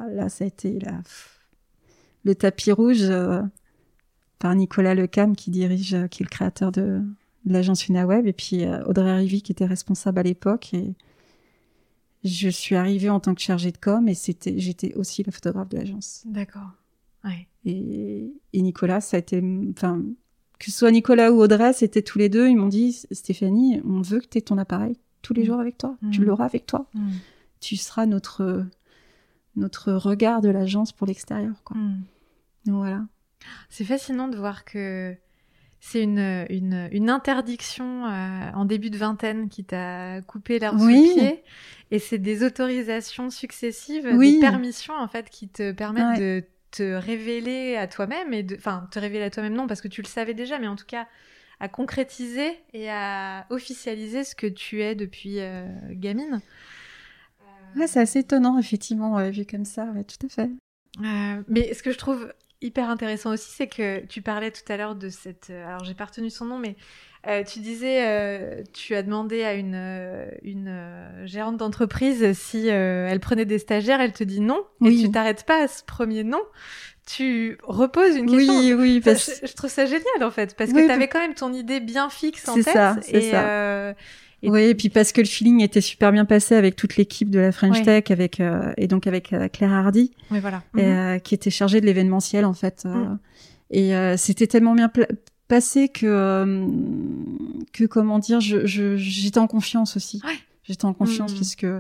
le tapis rouge par Nicolas Lecam, qui est le créateur de l'agence UnaWeb, et puis Audrey Rivy qui était responsable à l'époque, et je suis arrivée en tant que chargée de com, et j'étais aussi la photographe de l'agence. D'accord. Ouais. Et Nicolas, ça a été, enfin, que ce soit Nicolas ou Audrey, c'était tous les deux, ils m'ont dit, Stéphanie, on veut que tu aies ton appareil tous les jours avec toi. Tu l'auras avec toi. Tu seras notre regard de l'agence pour l'extérieur, quoi. Donc voilà. C'est fascinant de voir que c'est une interdiction en début de vingtaine qui t'a coupé l'herbe sous le pied, et c'est des autorisations successives, des permissions en fait qui te permettent de te révéler à toi-même, enfin te révéler à toi-même non parce que tu le savais déjà, mais en tout cas à concrétiser et à officialiser ce que tu es depuis gamine. Ouais, c'est assez étonnant effectivement, vu comme ça, tout à fait. Mais ce que je trouve hyper intéressant aussi, c'est que tu parlais tout à l'heure de cette... alors, j'ai pas retenu son nom, mais tu disais, tu as demandé à une gérante d'entreprise si elle prenait des stagiaires, elle te dit non, et tu t'arrêtes pas à ce premier non, tu reposes une question. Oui, parce... je trouve ça génial, en fait, parce que t'avais quand même ton idée bien fixe en tête. C'est ça. Oui, et puis parce que le feeling était super bien passé avec toute l'équipe de la French Tech, et donc avec Claire Hardy, qui était chargée de l'événementiel en fait. Et c'était tellement bien passé que comment dire, j'étais en confiance aussi. J'étais en confiance parce que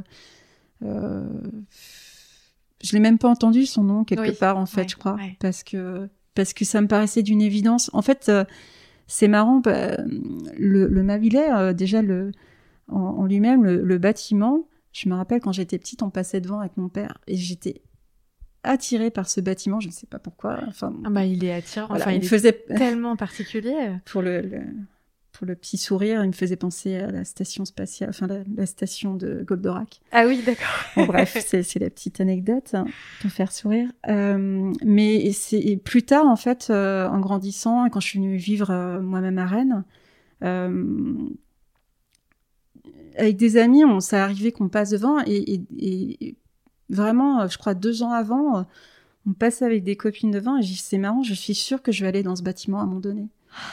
je l'ai même pas entendu son nom quelque part en fait, je crois, parce que ça me paraissait d'une évidence. En fait, c'est marrant, le Mavillet, déjà en lui-même, le bâtiment, je me rappelle quand j'étais petite, on passait devant avec mon père et j'étais attirée par ce bâtiment, je ne sais pas pourquoi. Enfin, il est attirant, voilà, il est tellement particulier. Pour le petit sourire, il me faisait penser à la station spatiale, enfin la station de Goldorak. Ah oui, d'accord. Bon, bref, c'est la petite anecdote pour faire sourire. Mais c'est plus tard, en fait, en grandissant, et quand je suis venue vivre moi-même à Rennes, avec des amis, ça arrivait qu'on passe devant et vraiment, je crois 2 ans avant, on passait avec des copines devant et j'ai dit c'est marrant, je suis sûre que je vais aller dans ce bâtiment à un moment donné.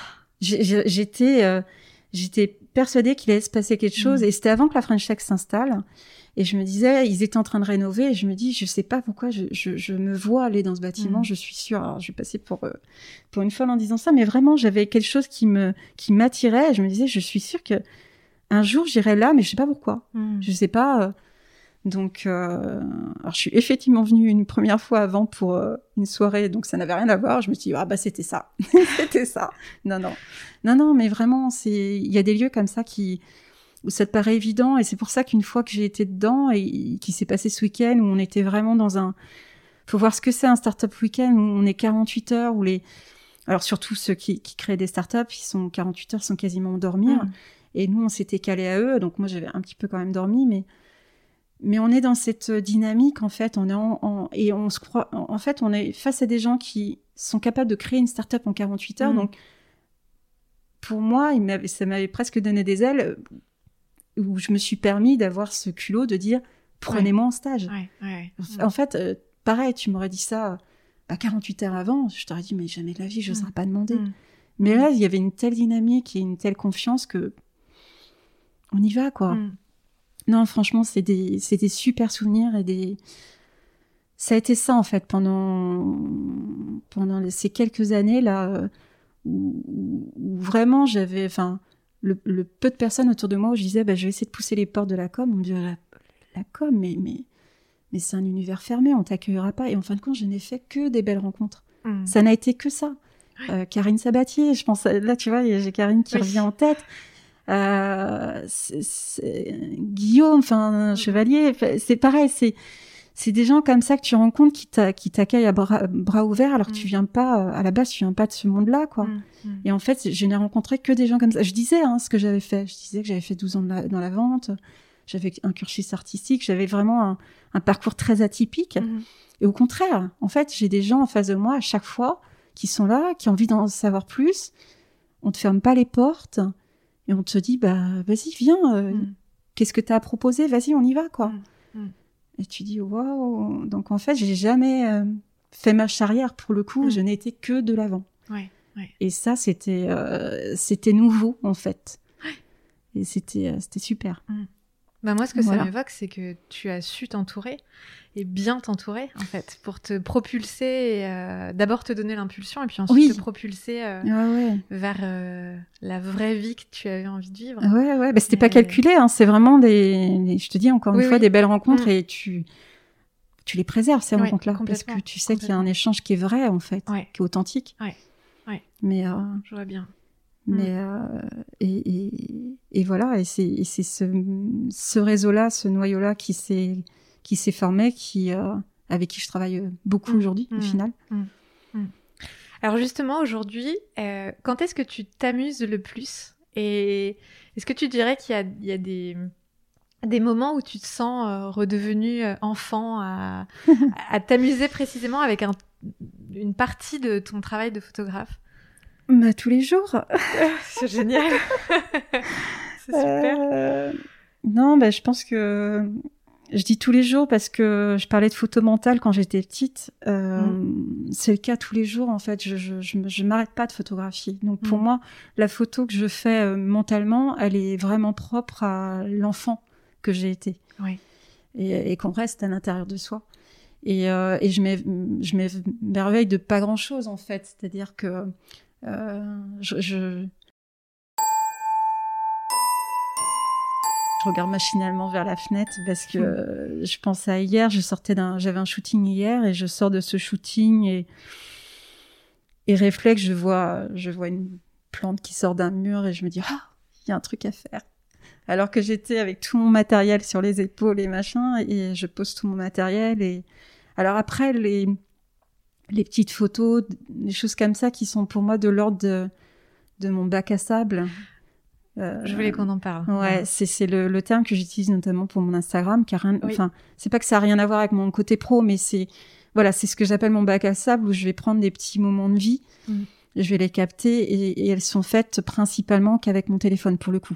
J'étais persuadée qu'il allait se passer quelque chose et c'était avant que la French Tech s'installe et je me disais, ils étaient en train de rénover et je me dis, je sais pas pourquoi je me vois aller dans ce bâtiment, je suis sûre. Alors, je vais passer pour une folle en disant ça, mais vraiment, j'avais quelque chose qui m'attirait et je me disais, je suis sûre que un jour, j'irai là, mais je sais pas pourquoi. Je sais pas. Donc, alors je suis effectivement venue une première fois avant pour une soirée, donc ça n'avait rien à voir. Je me suis dit, c'était ça. C'était ça. Non, mais vraiment, il y a des lieux comme ça où ça te paraît évident. Et c'est pour ça qu'une fois que j'ai été dedans et qui s'est passé ce week-end où on était vraiment faut voir ce que c'est un startup week-end où on est 48 heures, alors surtout ceux qui créent des startups, ils sont 48 heures sans quasiment dormir. Et nous, on s'était calés à eux, donc moi, j'avais un petit peu quand même dormi, mais on est dans cette dynamique, en fait, et on se croit, en fait, on est face à des gens qui sont capables de créer une start-up en 48 heures, donc pour moi, ça m'avait presque donné des ailes, où je me suis permis d'avoir ce culot de dire, prenez-moi en stage. En fait, pareil, tu m'aurais dit ça 48 heures avant, je t'aurais dit, mais jamais de la vie, je n'oserais pas demander. Mais là, il y avait une telle dynamique et une telle confiance que on y va, quoi. Non, franchement, c'est des super souvenirs ça a été ça, en fait, pendant ces quelques années, là, où vraiment j'avais, le peu de personnes autour de moi où je disais, je vais essayer de pousser les portes de la com. On me disait, la com, mais c'est un univers fermé, on t'accueillera pas. Et en fin de compte, je n'ai fait que des belles rencontres. Ça n'a été que ça. Karine Sabatier, je pense, là, tu vois, j'ai Karine qui revient en tête. Guillaume, Chevalier, c'est pareil, c'est des gens comme ça que tu rencontres qui t'accueillent à bras ouverts alors que tu viens pas, à la base, tu viens pas de ce monde-là, quoi. Et en fait, je n'ai rencontré que des gens comme ça. Je disais ce que j'avais fait. Je disais que j'avais fait 12 ans dans la vente, j'avais un cursus artistique, j'avais vraiment un parcours très atypique. Et au contraire, en fait, j'ai des gens en face de moi à chaque fois qui sont là, qui ont envie d'en savoir plus. On te ferme pas les portes. Et on te dit, vas-y, viens, qu'est-ce que tu as à proposer ? Vas-y, on y va, quoi. Et tu dis, waouh. Donc, en fait, j'ai jamais fait marche arrière, pour le coup, je n'ai été que de l'avant. Et ça, c'était nouveau, en fait. Et c'était super. Bah moi, ce que ça m'évoque, c'est que tu as su t'entourer et bien t'entourer, en fait, pour te propulser, et, d'abord te donner l'impulsion et puis ensuite te propulser vers la vraie vie que tu avais envie de vivre. Ouais, bah, c'était pas calculé, hein, c'est vraiment je te dis encore une fois, des belles rencontres et tu les préserves, ces rencontres-là, parce que tu sais qu'il y a un échange qui est vrai, en fait, qui est authentique. Mais je vois bien. Mais et voilà, et c'est ce réseau-là, ce noyau-là qui s'est formé, avec qui je travaille beaucoup aujourd'hui, au final. Alors justement, aujourd'hui, quand est-ce que tu t'amuses le plus? Et est-ce que tu dirais qu'il y a des moments où tu te sens redevenu enfant à t'amuser précisément avec une partie de ton travail de photographe? Bah, tous les jours. C'est génial. C'est super. Non, bah, je pense que je dis tous les jours parce que je parlais de photo mentale quand j'étais petite. C'est le cas tous les jours, en fait. Je m'arrête pas de photographier. Donc, pour moi, la photo que je fais mentalement, elle est vraiment propre à l'enfant que j'ai été. Et qu'on reste à l'intérieur de soi. Et je m'émerveille de pas grand-chose, en fait. C'est-à-dire que je regarde machinalement vers la fenêtre parce que je pense à hier, j'avais un shooting hier et je sors de ce shooting et réflexe, je vois une plante qui sort d'un mur et je me dis il y a un truc à faire. Alors que j'étais avec tout mon matériel sur les épaules et machin, et je pose tout mon matériel et alors après les petites photos, des choses comme ça qui sont pour moi de l'ordre de mon bac à sable. Je voulais qu'on en parle. Ouais, c'est le terme que j'utilise notamment pour mon Instagram, car c'est pas que ça a rien à voir avec mon côté pro, mais c'est ce que j'appelle mon bac à sable où je vais prendre des petits moments de vie, je vais les capter et elles sont faites principalement qu'avec mon téléphone pour le coup.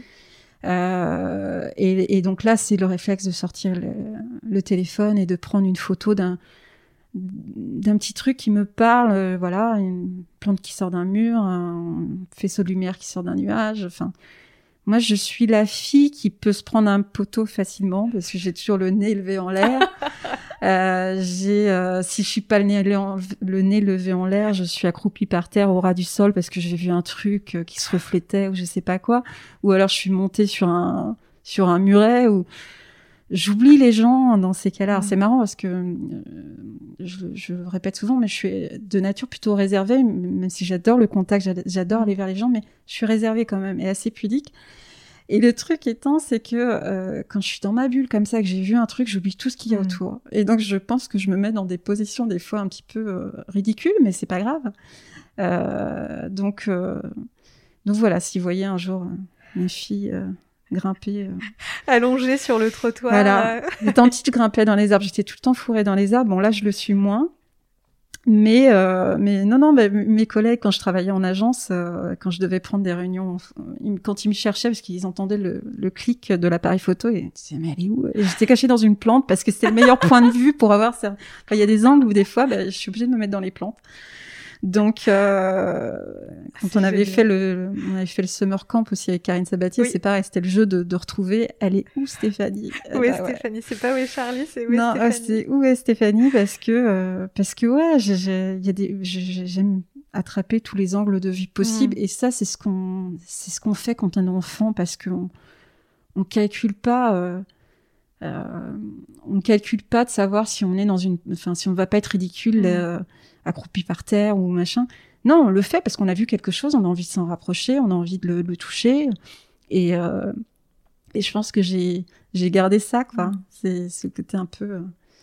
Et donc là, c'est le réflexe de sortir le téléphone et de prendre une photo d'un petit truc qui me parle, une plante qui sort d'un mur, un faisceau de lumière qui sort d'un nuage. Enfin, moi, je suis la fille qui peut se prendre un poteau facilement parce que j'ai toujours le nez levé en l'air. Si je suis pas le nez levé en l'air, je suis accroupie par terre au ras du sol parce que j'ai vu un truc qui se reflétait ou je sais pas quoi. Ou alors je suis montée sur un muret ou j'oublie les gens dans ces cas-là. C'est marrant parce que je le répète souvent, mais je suis de nature plutôt réservée, même si j'adore le contact, j'adore aller vers les gens, mais je suis réservée quand même et assez pudique. Et le truc étant, c'est que quand je suis dans ma bulle comme ça, que j'ai vu un truc, j'oublie tout ce qu'il y a autour. Et donc je pense que je me mets dans des positions des fois un petit peu ridicules, mais c'est pas grave. Donc voilà, si vous voyez un jour une fille grimper allongée sur le trottoir, voilà, tant que je grimpais dans les arbres, j'étais tout le temps fourrée dans les arbres. Bon là je le suis moins, mais non, mes collègues quand je travaillais en agence, quand je devais prendre des réunions, quand ils me cherchaient parce qu'ils entendaient le clic de l'appareil photo et ils disaient mais elle est où, et j'étais cachée dans une plante parce que c'était le meilleur point de vue pour avoir ça. Enfin, il y a des angles où des fois je suis obligée de me mettre dans les plantes. Donc, quand on avait fait le summer camp aussi avec Karine Sabatier, c'est pareil, c'était le jeu de retrouver, elle est où Stéphanie? Où est Stéphanie? C'est pas où est Charlie, c'est où est Stéphanie? Non, c'est où est Stéphanie parce que ouais, j'aime attraper tous les angles de vue possibles et ça, c'est ce qu'on fait quand on est enfant parce qu'on calcule pas. On calcule pas de savoir si on est si on va pas être ridicule accroupi par terre ou machin. Non, on le fait parce qu'on a vu quelque chose, on a envie de s'en rapprocher, on a envie de le toucher et je pense que j'ai gardé ça quoi. C'est ce côté un peu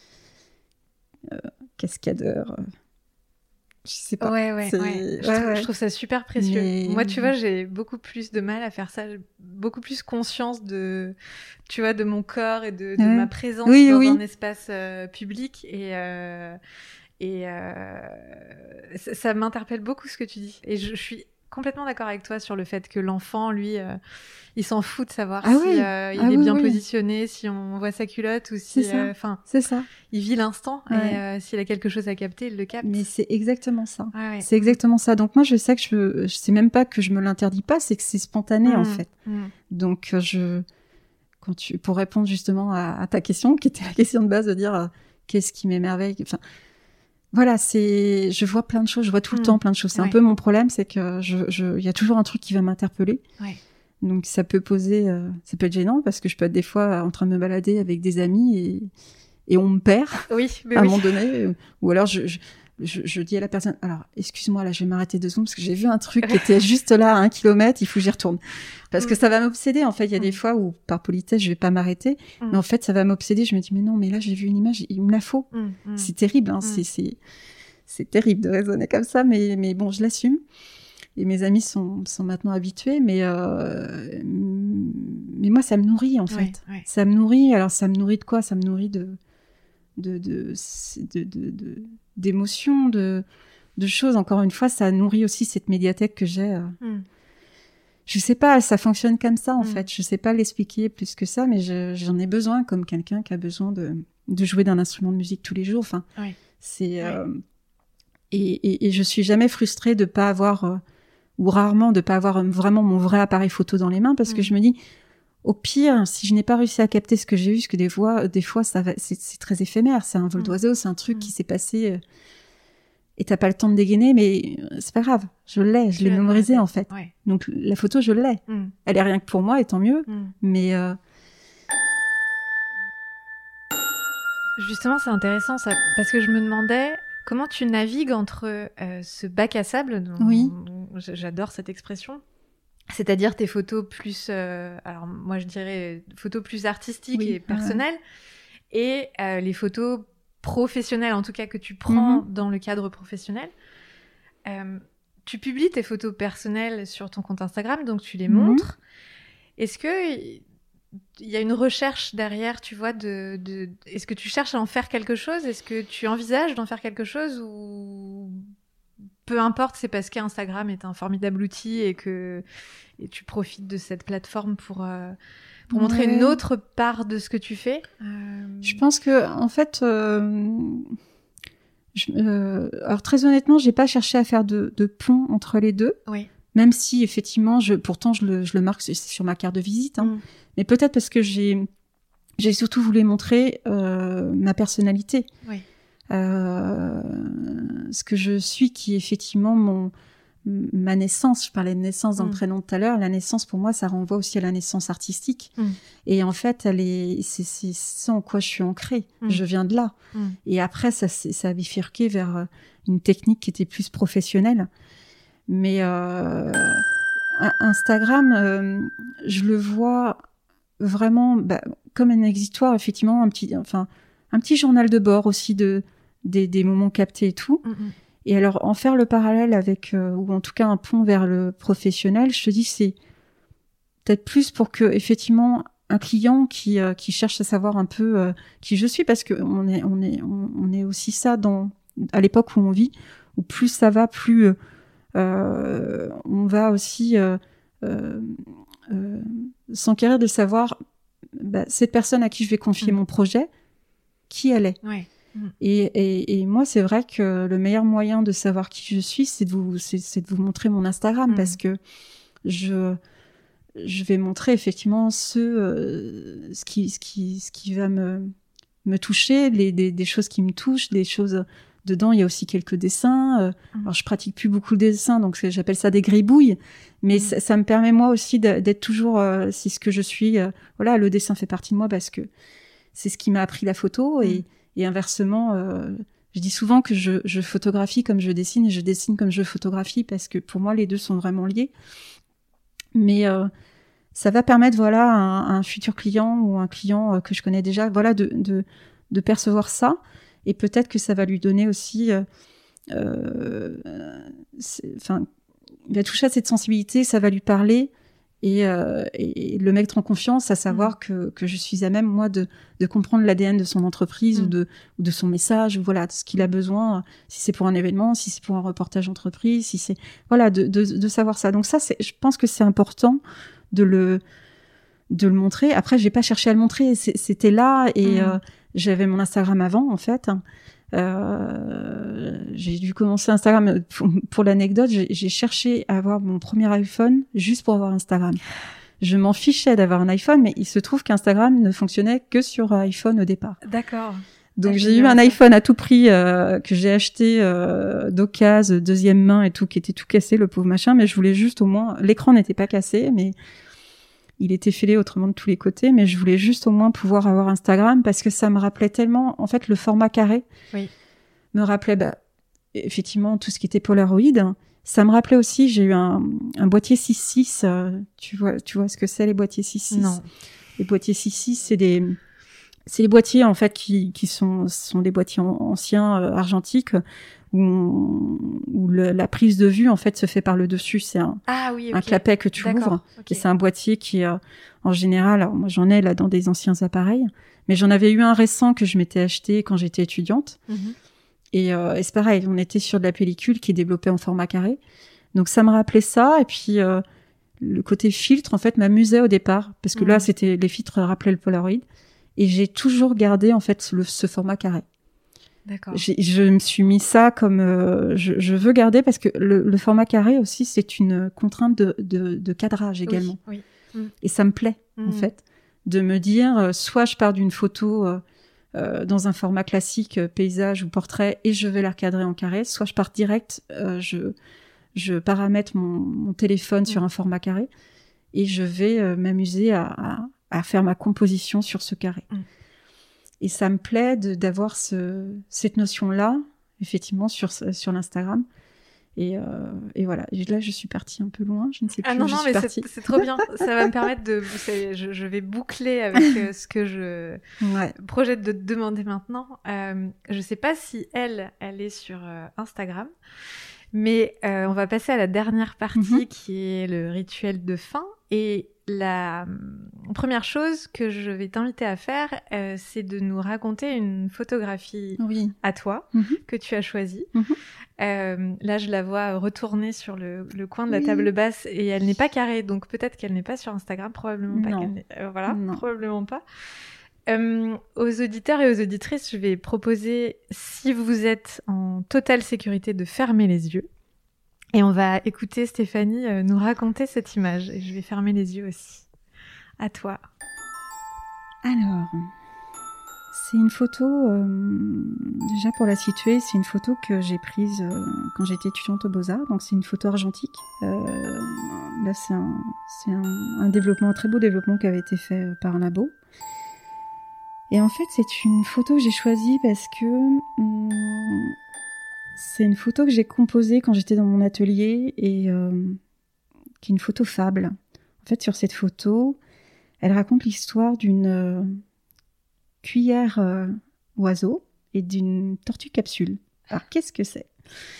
cascadeur. Je sais pas. Ouais. Je trouve ça super précieux. Mais... Moi, tu vois, j'ai beaucoup plus de mal à faire ça. J'ai beaucoup plus conscience de mon corps et de ma présence dans un espace public. Et ça m'interpelle beaucoup ce que tu dis. Et je suis complètement d'accord avec toi sur le fait que l'enfant, lui, il s'en fout de savoir il est bien positionné, si on voit sa culotte ou si... c'est ça. Il vit l'instant et s'il a quelque chose à capter, il le capte. Mais c'est exactement ça. C'est exactement ça. Donc moi, je sais que je sais même pas que je me l'interdis pas, c'est que c'est spontané en fait. Donc pour répondre justement à ta question, qui était la question de base, de dire qu'est-ce qui m'émerveille. Enfin, voilà, je vois plein de choses, je vois tout le temps plein de choses. C'est un peu mon problème, c'est que il y a toujours un truc qui va m'interpeller. Ouais. Donc ça peut être gênant parce que je peux être des fois en train de me balader avec des amis et on me perd à un moment donné. Ou alors je dis à la personne, alors excuse-moi, là je vais m'arrêter 2 secondes parce que j'ai vu un truc qui était juste là à 1 kilomètre, il faut que j'y retourne. Parce que ça va m'obséder en fait. Il y a des fois où par politesse je vais pas m'arrêter, mais en fait ça va m'obséder. Je me dis mais non, mais là j'ai vu une image, il me la faut. C'est terrible, hein. C'est terrible de raisonner comme ça, mais bon, je l'assume. Et mes amis sont maintenant habitués, mais moi ça me nourrit en fait. Ouais. Ça me nourrit. Alors ça me nourrit de quoi ? Ça me nourrit d'émotions, de choses. Encore une fois, ça nourrit aussi cette médiathèque que j'ai. Je sais pas, ça fonctionne comme ça en fait. Je sais pas l'expliquer plus que ça, mais j'en ai besoin comme quelqu'un qui a besoin de jouer d'un instrument de musique tous les jours. Enfin, c'est et je suis jamais frustrée de pas avoir ou rarement de pas avoir vraiment mon vrai appareil photo dans les mains parce que je me dis au pire, si je n'ai pas réussi à capter ce que j'ai vu, parce que des fois ça va, c'est très éphémère, c'est un vol d'oiseau, c'est un truc qui s'est passé et t'as pas le temps de dégainer, mais c'est pas grave, je l'ai mémorisé en fait. Ouais. Donc la photo, je l'ai. Elle est rien que pour moi, et tant mieux. Mais justement, c'est intéressant ça, parce que je me demandais comment tu navigues entre ce bac à sable, dont j'adore cette expression, c'est-à-dire tes photos plus, alors moi je dirais photos plus artistiques et personnelles, et les photos professionnelles, en tout cas que tu prends dans le cadre professionnel. Tu publies tes photos personnelles sur ton compte Instagram, donc tu les montres. Est-ce que il y a une recherche derrière, tu vois, est-ce que tu cherches à en faire quelque chose ? Est-ce que tu envisages d'en faire quelque chose ou peu importe, c'est parce qu'Instagram est un formidable outil et tu profites de cette plateforme pour montrer une autre part de ce que tu fais. Je pense que, en fait, alors très honnêtement, j'ai pas cherché à faire de pont entre les deux. Oui. Même si effectivement, pourtant je le marque sur ma carte de visite. Hein. Mais peut-être parce que j'ai surtout voulu montrer ma personnalité. Oui. Ce que je suis, qui est effectivement ma naissance. Je parlais de naissance dans le prénom tout à l'heure. La naissance, pour moi, ça renvoie aussi à la naissance artistique. Et en fait, c'est ça en quoi je suis ancrée. Je viens de là. Et après, ça a bifurqué vers une technique qui était plus professionnelle. Mais Instagram, je le vois vraiment comme un exutoire, effectivement, un petit journal de bord aussi des moments captés et tout. Et alors, en faire le parallèle avec, ou en tout cas un pont vers le professionnel, je te dis, c'est peut-être plus pour que, effectivement, un client qui cherche à savoir un peu qui je suis, parce que on est aussi ça à l'époque où on vit, où plus ça va, plus on va aussi s'enquérir de savoir cette personne à qui je vais confier mon projet, qui elle est. Ouais. Et moi, c'est vrai que le meilleur moyen de savoir qui je suis, c'est de vous montrer mon Instagram, parce que je vais montrer effectivement ce qui va me toucher, des choses qui me touchent, des choses. Dedans, il y a aussi quelques dessins. Alors, je pratique plus beaucoup le dessin, donc j'appelle ça des gribouilles. Mais ça me permet, moi aussi, d'être toujours... c'est ce que je suis. Voilà, le dessin fait partie de moi parce que c'est ce qui m'a appris la photo. Et inversement, je dis souvent que je photographie comme je dessine et je dessine comme je photographie, parce que pour moi, les deux sont vraiment liés. Mais ça va permettre, voilà, à un futur client ou un client que je connais déjà, voilà, de percevoir ça. Et peut-être que ça va lui donner aussi... il va toucher à cette sensibilité, ça va lui parler et le mettre en confiance, à savoir que je suis à même, moi, de comprendre l'ADN de son entreprise ou de son message, ou voilà, de ce qu'il a besoin, si c'est pour un événement, si c'est pour un reportage entreprise, si c'est... Voilà, de savoir ça. Donc ça, je pense que c'est important de le montrer. Après, j'ai pas cherché à le montrer, c'était là, et j'avais mon Instagram avant, en fait. J'ai dû commencer Instagram, pour l'anecdote, j'ai cherché à avoir mon premier iPhone juste pour avoir Instagram. je m'en fichais d'avoir un iPhone, mais il se trouve qu'Instagram ne fonctionnait que sur iPhone au départ. D'accord. Donc j'ai eu un iPhone à tout prix que j'ai acheté d'occasion, deuxième main et tout, qui était tout cassé, le pauvre machin, mais je voulais juste au moins... L'écran n'était pas cassé, mais il était fêlé autrement de tous les côtés, mais je voulais juste au moins pouvoir avoir Instagram parce que ça me rappelait tellement... En fait, le format carré me rappelait effectivement tout ce qui était Polaroid. Ça me rappelait aussi, j'ai eu un boîtier 6.6. Tu vois ce que c'est, les boîtiers 6.6 ? Non. Les boîtiers 6.6, c'est les boîtiers en fait qui sont des boîtiers anciens argentiques où la prise de vue en fait se fait par le dessus. C'est un clapet que tu ouvres. Et c'est un boîtier qui en général, alors moi j'en ai là dans des anciens appareils, mais j'en avais eu un récent que je m'étais acheté quand j'étais étudiante. Et c'est pareil, on était sur de la pellicule qui est développée en format carré. Donc ça me rappelait ça. Et puis le côté filtre en fait m'amusait au départ parce que là c'était les filtres rappelaient le Polaroid. Et j'ai toujours gardé en fait ce format carré. D'accord. Je me suis mis ça comme je veux garder parce que le format carré aussi c'est une contrainte de cadrage également. Oui. Et ça me plaît en fait de me dire soit je pars d'une photo dans un format classique paysage ou portrait et je vais la recadrer en carré, soit je pars direct, je paramètre mon téléphone sur un format carré et je vais m'amuser à faire ma composition sur ce carré. Et ça me plaît d'avoir cette notion-là, effectivement, sur l'Instagram. Et voilà. Et là, je suis partie un peu loin. Je ne sais plus où je suis partie. C'est trop bien. Ça va me permettre je vais boucler avec ce que je projette de te demander maintenant. Je ne sais pas si elle est sur Instagram. Mais on va passer à la dernière partie qui est le rituel de fin. Et la première chose que je vais t'inviter à faire, c'est de nous raconter une photographie à toi que tu as choisie. Là, je la vois retourner sur le coin de la table basse et elle n'est pas carrée, donc peut-être qu'elle n'est pas sur Instagram, probablement pas. Probablement pas. Aux auditeurs et aux auditrices, je vais proposer, si vous êtes en totale sécurité, de fermer les yeux. Et on va écouter Stéphanie nous raconter cette image. Et je vais fermer les yeux aussi. À toi. Alors, c'est une photo, déjà pour la situer, c'est une photo que j'ai prise quand j'étais étudiante aux Beaux-Arts. Donc c'est une photo argentique. Là, c'est un développement, un très beau développement qui avait été fait par un labo. Et en fait, c'est une photo que j'ai choisie parce que c'est une photo que j'ai composée quand j'étais dans mon atelier et qui est une photo fable. En fait, sur cette photo, elle raconte l'histoire d'une cuillère oiseau et d'une tortue capsule. Alors, qu'est-ce que c'est ?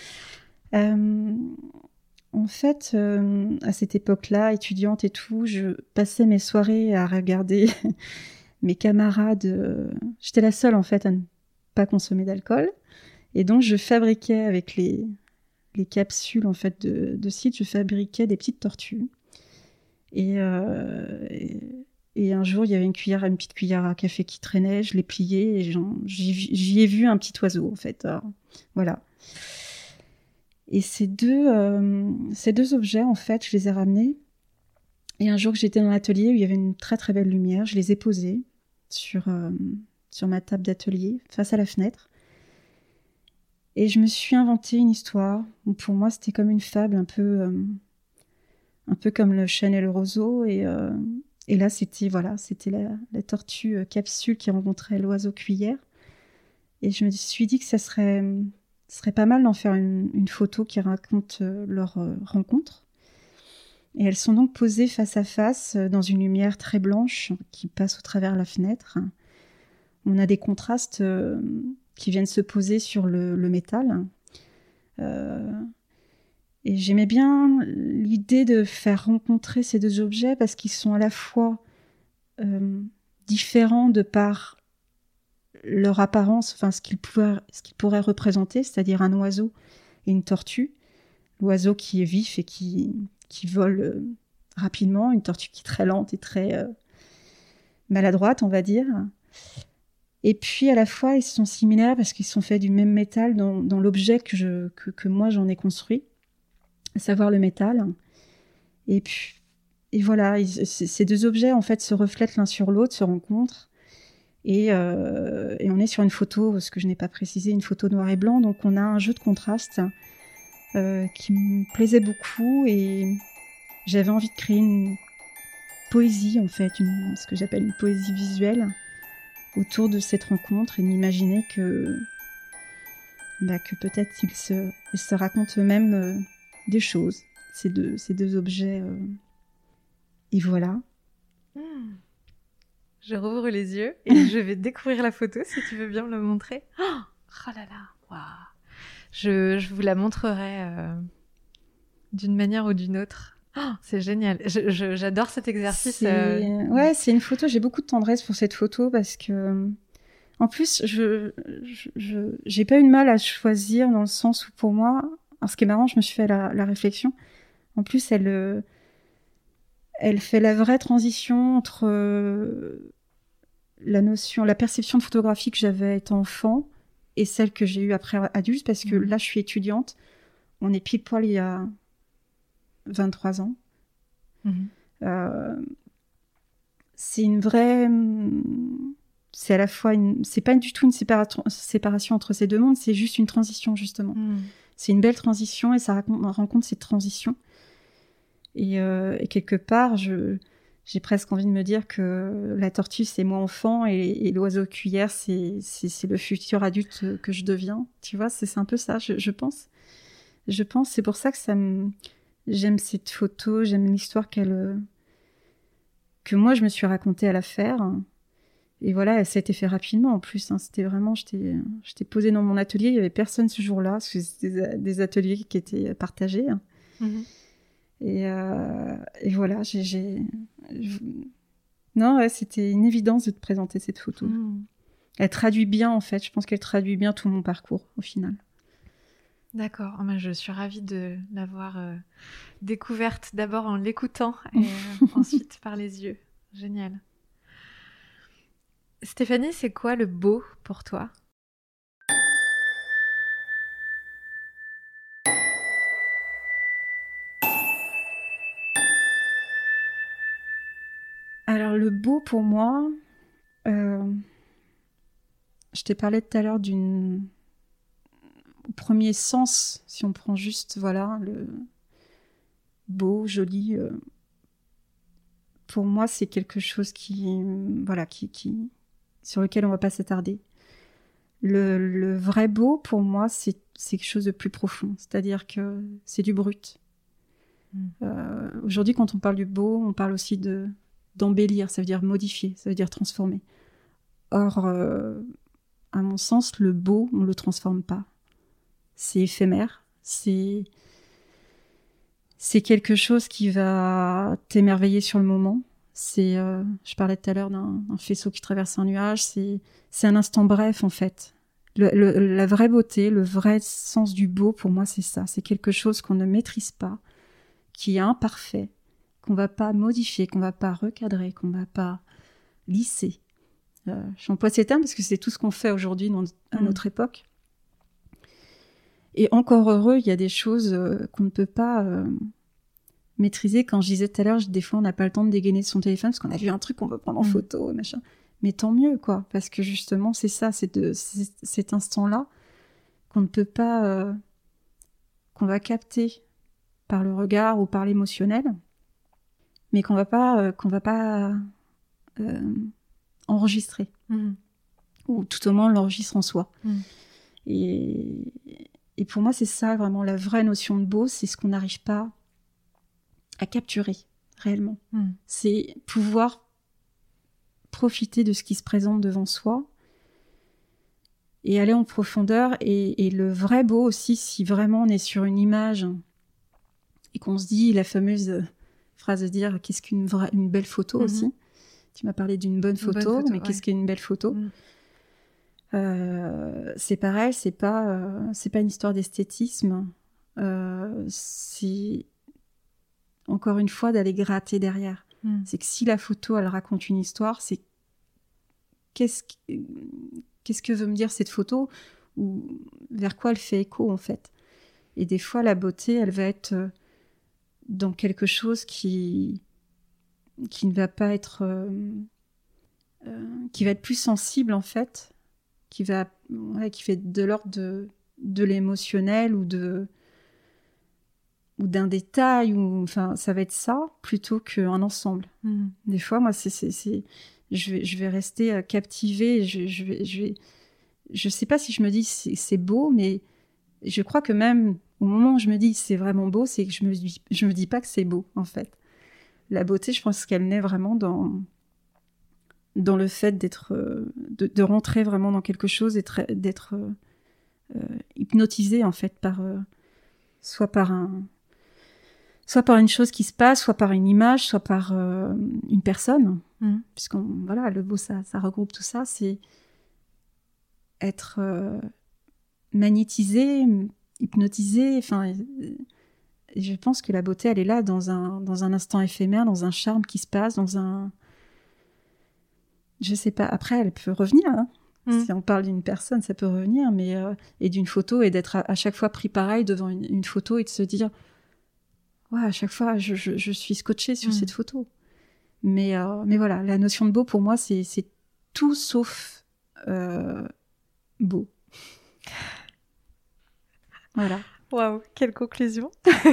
En fait, à cette époque-là, étudiante et tout, je passais mes soirées à regarder mes camarades. J'étais la seule, en fait, à ne pas consommer d'alcool. Et donc, je fabriquais avec les capsules en fait de cidre, je fabriquais des petites tortues. Et un jour, il y avait une petite cuillère à café qui traînait, je l'ai pliée et j'y ai vu un petit oiseau en fait. Alors, voilà. Et ces deux objets en fait, je les ai ramenés. Et un jour que j'étais dans l'atelier où il y avait une très très belle lumière, je les ai posés sur ma table d'atelier face à la fenêtre. Et je me suis inventé une histoire où pour moi c'était comme une fable un peu comme le chêne et le roseau et là c'était la tortue capsule qui rencontrait l'oiseau cuillère et je me suis dit que ce serait pas mal d'en faire une photo qui raconte leur rencontre. Et elles sont donc posées face à face dans une lumière très blanche qui passe au travers la fenêtre. On a des contrastes qui viennent se poser sur le métal. Et j'aimais bien l'idée de faire rencontrer ces deux objets parce qu'ils sont à la fois différents de par leur apparence, enfin ce qu'ils pourraient représenter, c'est-à-dire un oiseau et une tortue. L'oiseau qui est vif et qui vole rapidement, une tortue qui est très lente et très maladroite, on va dire. Et puis à la fois ils sont similaires parce qu'ils sont faits du même métal dans l'objet que moi j'en ai construit, à savoir le métal. Et puis voilà, ces deux objets, en fait, se reflètent l'un sur l'autre, se rencontrent. Et on est sur une photo, ce que je n'ai pas précisé, une photo noir et blanc. Donc, on a un jeu de contraste qui me plaisait beaucoup. Et j'avais envie de créer une poésie, en fait, ce que j'appelle une poésie visuelle autour de cette rencontre et de m'imaginer que peut-être ils se racontent eux-mêmes des choses, ces deux objets. Et voilà. Je rouvre les yeux et je vais découvrir la photo si tu veux bien me la montrer. Oh là là, waouh. Je vous la montrerai d'une manière ou d'une autre. Oh, c'est génial. J'adore cet exercice. Ouais, c'est une photo. J'ai beaucoup de tendresse pour cette photo parce que, en plus, j'ai pas eu de mal à choisir dans le sens où pour moi, alors ce qui est marrant, je me suis fait la réflexion. En plus, elle fait la vraie transition entre la perception de photographie que j'avais étant enfant et celle que j'ai eue après adulte, parce que là, je suis étudiante. On est pile poil il y a 23 ans. C'est une vraie... C'est à la fois c'est pas du tout une séparation entre ces deux mondes, c'est juste une transition, justement. C'est une belle transition et ça rencontre cette transition. Et quelque part, j'ai presque envie de me dire que la tortue, c'est moi enfant et l'oiseau cuillère, c'est le futur adulte que je deviens. Tu vois, c'est un peu ça, je pense. C'est pour ça que j'aime cette photo, j'aime l'histoire que moi, je me suis racontée à la faire. Et voilà, ça a été fait rapidement en plus. Hein. C'était vraiment, j'étais posée dans mon atelier, il n'y avait personne ce jour-là, parce que c'était des ateliers qui étaient partagés. Et voilà, non, ouais, c'était une évidence de te présenter cette photo. Elle traduit bien, en fait. Je pense qu'elle traduit bien tout mon parcours, au final. D'accord. Oh, je suis ravie de l'avoir découverte d'abord en l'écoutant et ensuite par les yeux. Génial. Stéphanie, c'est quoi le beau pour toi ? Alors, le beau pour moi, je t'ai parlé tout à l'heure au premier sens, si on prend juste, voilà, le beau, joli. Pour moi, c'est quelque chose sur lequel on ne va pas s'attarder. Le vrai beau, pour moi, c'est quelque chose de plus profond. C'est-à-dire que c'est du brut. Aujourd'hui, quand on parle du beau, on parle aussi d'embellir, ça veut dire modifier, ça veut dire transformer. Or, à mon sens, le beau, on ne le transforme pas. C'est éphémère, c'est quelque chose qui va t'émerveiller sur le moment. Je parlais tout à l'heure d'un faisceau qui traverse un nuage, c'est un instant bref en fait. La vraie beauté, le vrai sens du beau, pour moi, c'est ça. C'est quelque chose qu'on ne maîtrise pas, qui est imparfait, qu'on va pas modifier, qu'on va pas recadrer, qu'on va pas lisser. J'emploie ces termes parce que c'est tout ce qu'on fait aujourd'hui à notre époque. Et encore heureux, il y a des choses qu'on ne peut pas maîtriser. Quand je disais tout à l'heure, des fois, on n'a pas le temps de dégainer son téléphone parce qu'on a vu un truc qu'on veut prendre en photo, machin. Mais tant mieux, quoi. Parce que justement, c'est ça, c'est cet instant-là qu'on ne peut pas... qu'on va capter par le regard ou par l'émotionnel, mais qu'on va pas enregistrer. Ou tout au moins, on l'enregistre en soi. Et pour moi, c'est ça, vraiment, la vraie notion de beau, c'est ce qu'on n'arrive pas à capturer, réellement. C'est pouvoir profiter de ce qui se présente devant soi et aller en profondeur. Et le vrai beau aussi, si vraiment on est sur une image et qu'on se dit la fameuse phrase de dire « qu'est-ce qu'une belle photo aussi ?» Tu m'as parlé d'une bonne photo, mais qu'est-ce qu'une belle photo ? C'est pareil, c'est pas une histoire d'esthétisme. C'est encore une fois d'aller gratter derrière. C'est que si la photo elle raconte une histoire, c'est qu'est-ce que veut me dire cette photo ou vers quoi elle fait écho en fait. Et des fois la beauté elle va être dans quelque chose qui qui ne va pas être... qui va être plus sensible, en fait, qui fait de l'ordre de l'émotionnel ou d'un détail, enfin, ça va être ça plutôt qu'un ensemble. Des fois, moi, je vais rester captivée. Je sais pas si je me dis c'est beau, mais je crois que même au moment où je me dis c'est vraiment beau, c'est que je me dis pas que c'est beau, en fait. La beauté, je pense qu'elle naît vraiment dans le fait de rentrer vraiment dans quelque chose et d'être hypnotisé, en fait, soit par une chose qui se passe, soit par une image, soit par une personne. Voilà, le beau, ça regroupe tout ça. C'est être magnétisé, hypnotisé. Enfin, je pense que la beauté, elle est là dans un instant éphémère, dans un charme qui se passe, dans un... Je sais pas. Après, elle peut revenir. Hein. Si on parle d'une personne, ça peut revenir. Mais et d'une photo, et d'être à chaque fois pris pareil devant une photo et de se dire... Ouais, à chaque fois, je suis scotchée sur cette photo. Mais voilà, la notion de beau, pour moi, c'est tout sauf beau. Voilà. Waouh, quelle conclusion.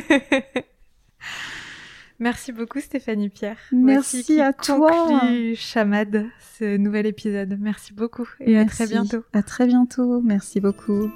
Merci beaucoup, Stéphanie Pierre. Merci à toi. Conclut Chamade, ce nouvel épisode. Merci beaucoup et à très bientôt. À très bientôt. Merci beaucoup.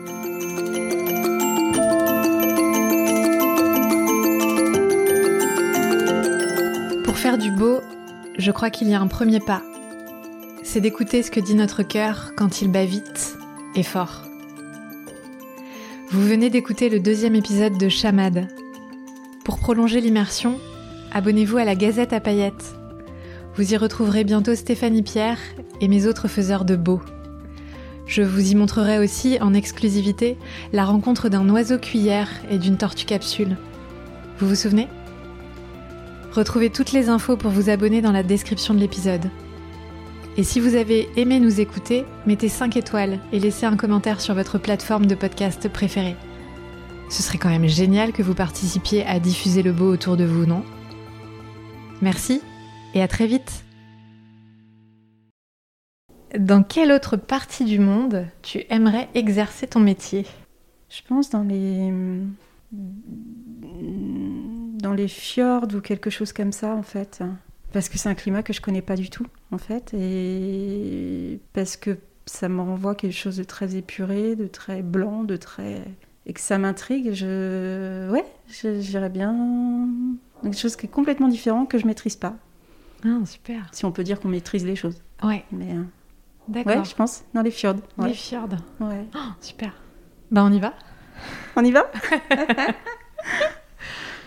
Pour faire du beau, je crois qu'il y a un premier pas. C'est d'écouter ce que dit notre cœur quand il bat vite et fort. Vous venez d'écouter le 2e épisode de Chamade. Pour prolonger l'immersion, abonnez-vous à la Gazette à paillettes. Vous y retrouverez bientôt Stéphanie Pierre et mes autres faiseurs de beau. Je vous y montrerai aussi en exclusivité la rencontre d'un oiseau cuillère et d'une tortue capsule. Vous vous souvenez ? Retrouvez toutes les infos pour vous abonner dans la description de l'épisode. Et si vous avez aimé nous écouter, mettez 5 étoiles et laissez un commentaire sur votre plateforme de podcast préférée. Ce serait quand même génial que vous participiez à diffuser le beau autour de vous, non ? Merci et à très vite. Dans quelle autre partie du monde tu aimerais exercer ton métier ? Je pense dans les fjords ou quelque chose comme ça, en fait. Parce que c'est un climat que je connais pas du tout, en fait. Et parce que ça me renvoie quelque chose de très épuré, de très blanc, et que ça m'intrigue. J'irais bien quelque chose qui est complètement différent, que je maîtrise pas. Ah, super. Si on peut dire qu'on maîtrise les choses. Ouais. Mais d'accord. Ouais, je pense, dans les fjords. Les fjords. Ouais. Oh, super. On y va ? On y va ?